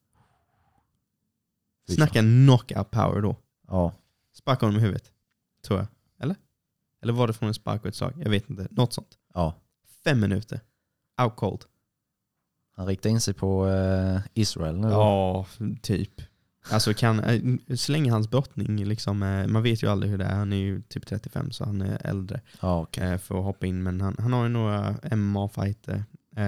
Snacka knockout power då. Ja. Sparka honom i huvudet, tror jag. Eller var det från en spark och ett slag? Jag vet inte. Något sånt. Ja. 5 minuter. Out cold. Han riktar in sig på Israel nu. Ja, typ. Alltså så länge hans brottning liksom, man vet ju aldrig hur det är. Han är ju typ 35 så han är äldre för att hoppa in. Men han har ju några MMA-fighter.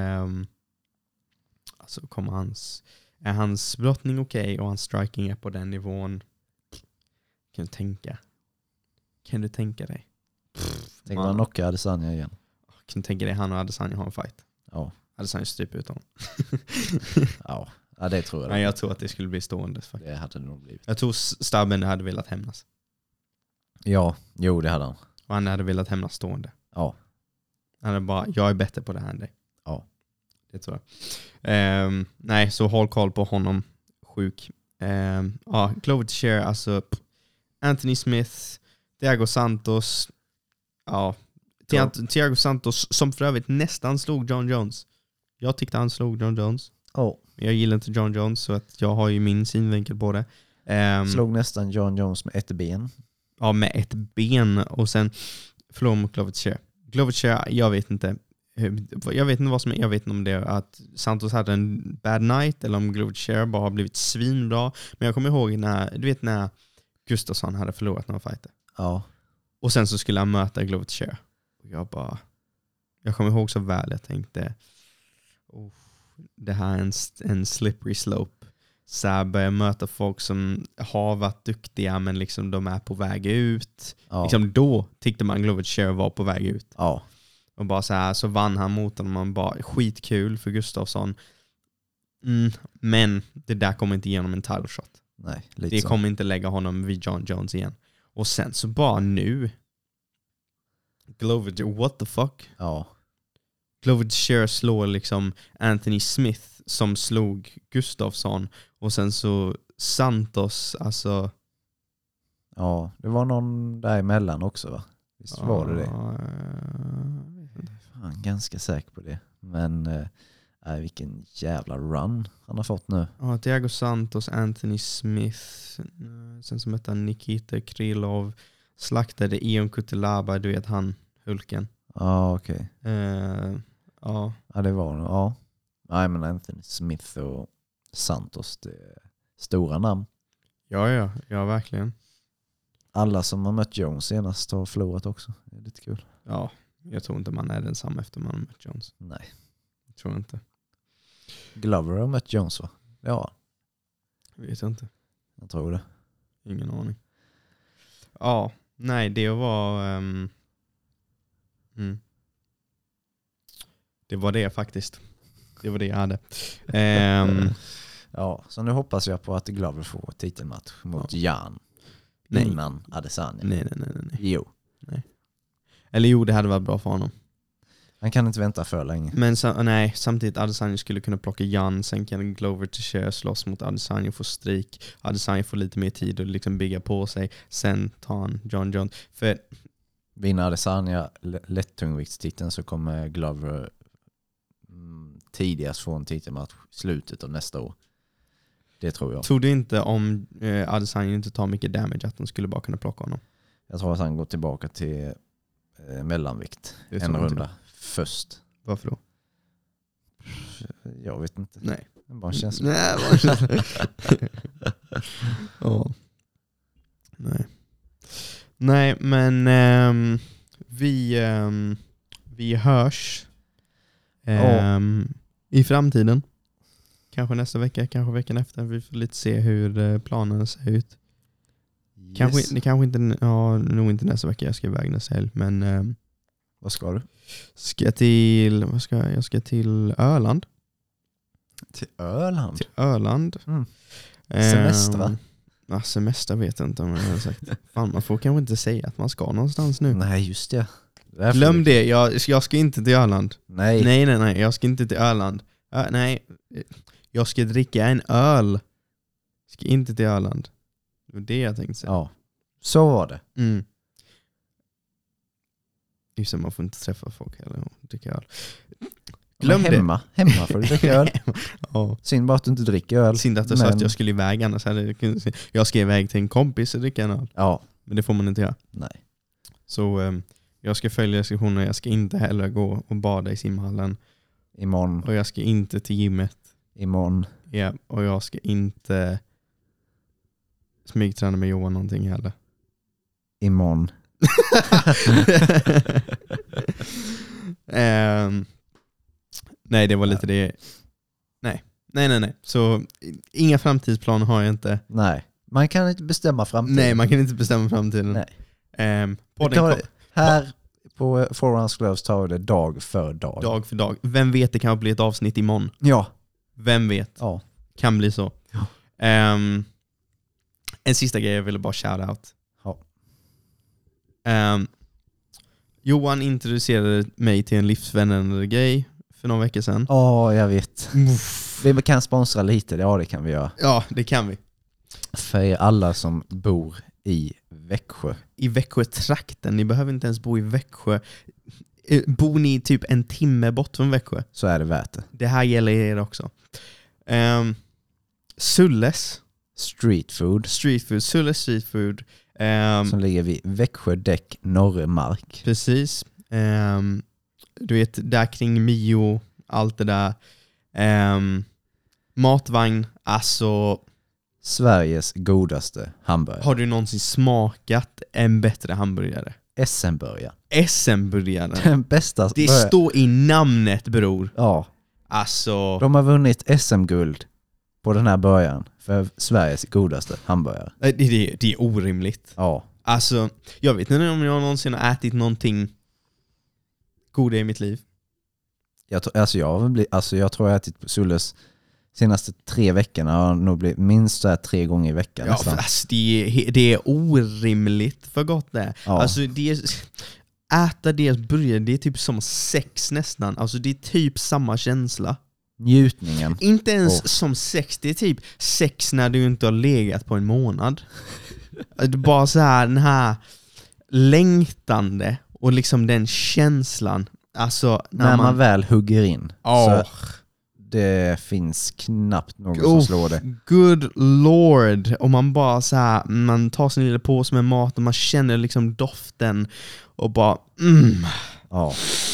Alltså är hans brottning okej och hans striking är på den nivån? Kan du tänka dig? Tänk man knockar Adesanya igen. Kan du tänka dig han och Adesanya har en fight? Ja. Adesanya stryper ut honom. Ja, det tror jag. Nej, jag tror att det skulle bli stående. Det hade det nog blivit. Jag tror Starbender hade velat hämnas. Ja, jo det hade han. Och han hade velat hämnas stående. Ja. Han hade bara, jag är bättre på det här än dig. Ja. Det tror jag. Nej, så håll koll på honom. Sjuk. Glover Teixeira, alltså Anthony Smith, Thiago Santos. Ja. Thiago Santos som för övrigt nästan slog John Jones. Jag tyckte han slog John Jones. Jag gillar inte John Jones så att jag har ju min synvinkel på det. Slog nästan John Jones med ett ben. Ja, med ett ben och sen förlorade mot Glover Teixeira. Glover Teixeira, jag vet inte om det är att Santos hade en bad night eller om Glover Teixeira bara har blivit svinbra. Men jag kommer ihåg när Gustafsson hade förlorat några fighter. Ja. Och sen så skulle han möta Glover Teixeira. Och jag kommer ihåg så väl, jag tänkte det här är en slippery slope. Så här börjar möta folk som har varit duktiga men liksom de är på väg ut. Ja. Liksom då tyckte man Glover Teixeira var på väg ut. Ja. Och bara så här så vann han mot honom. Man bara skitkul för Gustafsson. Men det där kommer inte igenom en title shot. Nej, lite det så. kommer inte lägga honom vid John Jones igen. Och sen så bara nu Glover, what the fuck? Ja. Glover Teixeira slår liksom Anthony Smith som slog Gustafsson och sen så Santos, alltså ja, det var någon däremellan också va? Visst var det det? Jag är ganska säker på det. Men vilken jävla run han har fått nu. Ja, Thiago Santos, Anthony Smith, sen så mötte han Nikita Krylov, slaktade Ion Cutelaba, du vet han, Hulken. Ja, okej. Ja. Ja, det var ja. Nej, men Anthony Smith och Santos, det är stora namn. Ja, verkligen. Alla som har mött Jones senast har förlorat också. Det är lite kul. Ja, jag tror inte man är densamma efter man har mött Jones. Nej. Jag tror inte. Glover har mött Jones va? Ja. Vet jag inte. Jag tror det. Ingen aning. Ja, nej, det var det var det faktiskt. Det var det jag hade. Ja, så nu hoppas jag på att Glover får titelmatch mot Jan. Nej. Innan Adesanya. Nej. Jo. Nej. Eller jo, det hade varit bra för honom. Han kan inte vänta för länge. Men samtidigt Adesanya skulle kunna plocka Jan, sen kan Glover Teixeira slåss mot Adesanya och få strik. Adesanya får lite mer tid att liksom bygga på sig. Sen tar han John Jones. För vinner Adesanya lättungviktstiteln så kommer Glover tidigast få en titelmatch slutet av nästa år. Det tror jag. Tror du inte om Adesanya inte tar mycket damage att de skulle bara kunna plocka honom? Jag tror att han går tillbaka till mellanvikt. En runda först. Varför då? Jag vet inte. Nej. Det bara känns. Nej, Nej. Nej, men vi hörs i framtiden. Kanske nästa vecka, kanske veckan efter. Vi får lite se hur planen ser ut. Yes. Kanske inte, nog inte nästa vecka. Jag ska iväg nästa helg, men vad ska du? Jag ska till Öland. Till Öland? Till Öland. Semester? Semester vet jag inte om jag har sagt. Fan, man får kanske inte säga att man ska någonstans nu. Nej, just det. Glöm det, jag ska inte till Öland. Nej, jag ska inte till Öland. Nej, jag ska dricka en öl. Jag ska inte till Öland. Det var det jag tänkte säga. Ja, så var det. Just det, man får inte träffa folk eller dricka öl. Glöm hemma får du dricka öl. Ja. Synd bara att du inte dricker öl. Synd att jag sa att jag skulle iväg, annars hade jag ska iväg till en kompis och dricka en öl. Ja. Men det får man inte göra. Nej. Så jag ska följa restriktioner. Jag ska inte heller gå och bada i simhallen. Imorgon. Och jag ska inte till gymmet. Imorgon. Ja, och jag ska inte smygträna med Johan någonting heller. Imorgon. Nej, det var lite det. Nej. Så inga framtidsplaner har jag inte. Nej, man kan inte bestämma framtiden. Nej, man kan inte bestämma framtiden. Nej. Podden här på Forerunners Gloves tar det dag för dag. Dag för dag. Vem vet, det kan bli ett avsnitt imorgon. Ja. Vem vet? Ja. Kan bli så. Ja. En sista grej jag ville bara shout out. Ja. Johan introducerade mig till en livsvänlig grej för några veckor sedan. Jag vet. Vi kan sponsra lite, det kan vi göra. Ja, det kan vi. För alla som bor i Växjö. I Växjö-trakten. Ni behöver inte ens bo i Växjö. Bor ni typ en timme bort från Växjö, så är det värt det. Det här gäller er också. Sulles Street food. Sulles street food. Som ligger vid Växjö däck Norremark. Precis. Du vet, där kring Mio, allt det där. Matvagn, alltså... Sveriges godaste hamburgare. Har du någonsin smakat en bättre hamburgare? SM-burgare. SM-burgare. Den bästa. Det står i namnet, bror. Ja. Alltså... De har vunnit SM-guld på den här början för Sveriges godaste hamburgare. Det är orimligt. Ja. Alltså, jag vet inte om jag någonsin har ätit någonting goda i mitt liv. Jag tror jag har ätit på Sulles senaste 3 veckorna. Har nog blivit minst 3 gånger i veckan. Ja, nästan. alltså, det är orimligt för gott det. Ja. Alltså, äta deras burgare, det är typ som sex nästan. Alltså det är typ samma känsla. Njutningen. Inte ens som sex, det är typ sex när du inte har legat på en månad. Bara så här, den här längtande och liksom den känslan. Alltså när man väl hugger in. Så det finns knappt någon som slår det. Good lord. Och man bara så här, man tar sin lilla påse med mat och man känner liksom doften och bara Ja.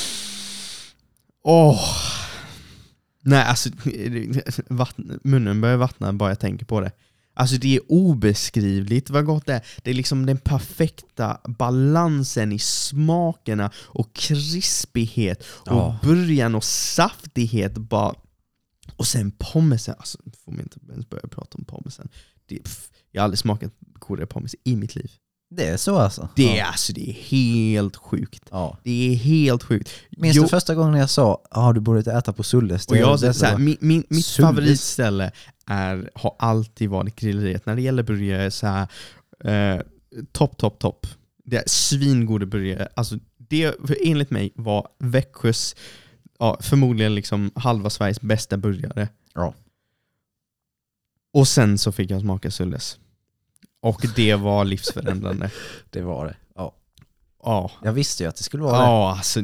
Nej, alltså munnen börjar vattna bara jag tänker på det. Alltså det är obeskrivligt vad gott det är. Det är liksom den perfekta balansen i smakerna och krispighet och början och saftighet bara. Och sen pommesen, alltså får man inte ens börja prata om pommesen. Jag har aldrig smakat godare pommes i mitt liv. Det är så alltså? Det är helt sjukt. Ja. Det är helt sjukt. Minns du första gången jag sa du borde inte äta på Sulles? Och jag så här, mitt favoritställe har alltid varit grilleriet. När det gäller burgare så här topp. Det är svingoda burgare. Alltså det enligt mig var Växjös förmodligen liksom halva Sveriges bästa burgare. Ja. Och sen så fick jag smaka Sulles. Och det var livsförändrande. Det var det. Ja. Ja. Jag visste ju att det skulle vara det. Ja, alltså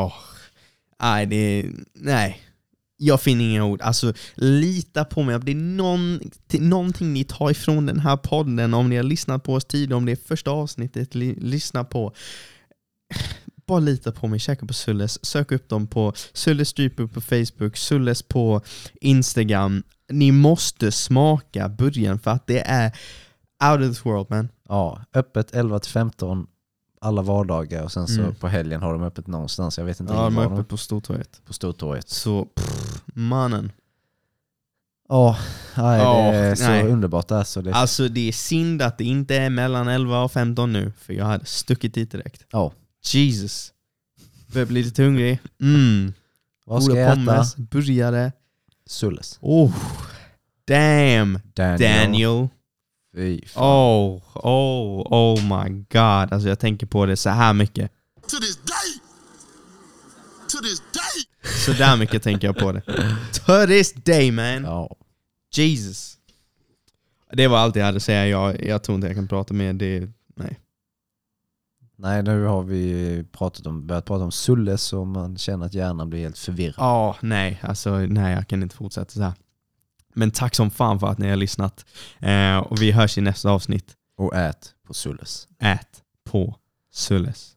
nej. Jag finner inga ord. Alltså lita på mig. Det är någonting ni tar ifrån den här podden, om ni har lyssnat på oss tidigare, om det är första avsnittet lyssna på. Bara lita på mig, käka på Sulles. Sök upp dem på Sulles Street Food på Facebook, Sulles på Instagram. Ni måste smaka burgaren för att det är out of this world, man. Ja, öppet 11-15 alla vardagar och sen så på helgen har de öppet någonstans. Jag vet inte. Ja, de är öppet på Stortorget. På Stortorget. Så, mannen. Det är så underbart där. Så det... Alltså det är synd att det inte är mellan 11 och 15 nu, för jag hade stuckit dit direkt. Ja. Jesus. Börjar bli lite hungrig. Vad ska jag äta? Burgare. Sulles. Damn. Daniel. Fy fan. Oh my god. Alltså jag tänker på det så här mycket. To this day. Så där mycket tänker jag på det. To this day, man. Ja. Jesus. Det var allt jag hade att säga. Jag tror inte jag kan prata mer. Nej, nu har vi börjat prata om Sulles så man känner att hjärnan blir helt förvirrad. Nej, jag kan inte fortsätta så här. Men tack som fan för att ni har lyssnat. Och vi hörs i nästa avsnitt. Och ät på Sulles. Ät på Sulles.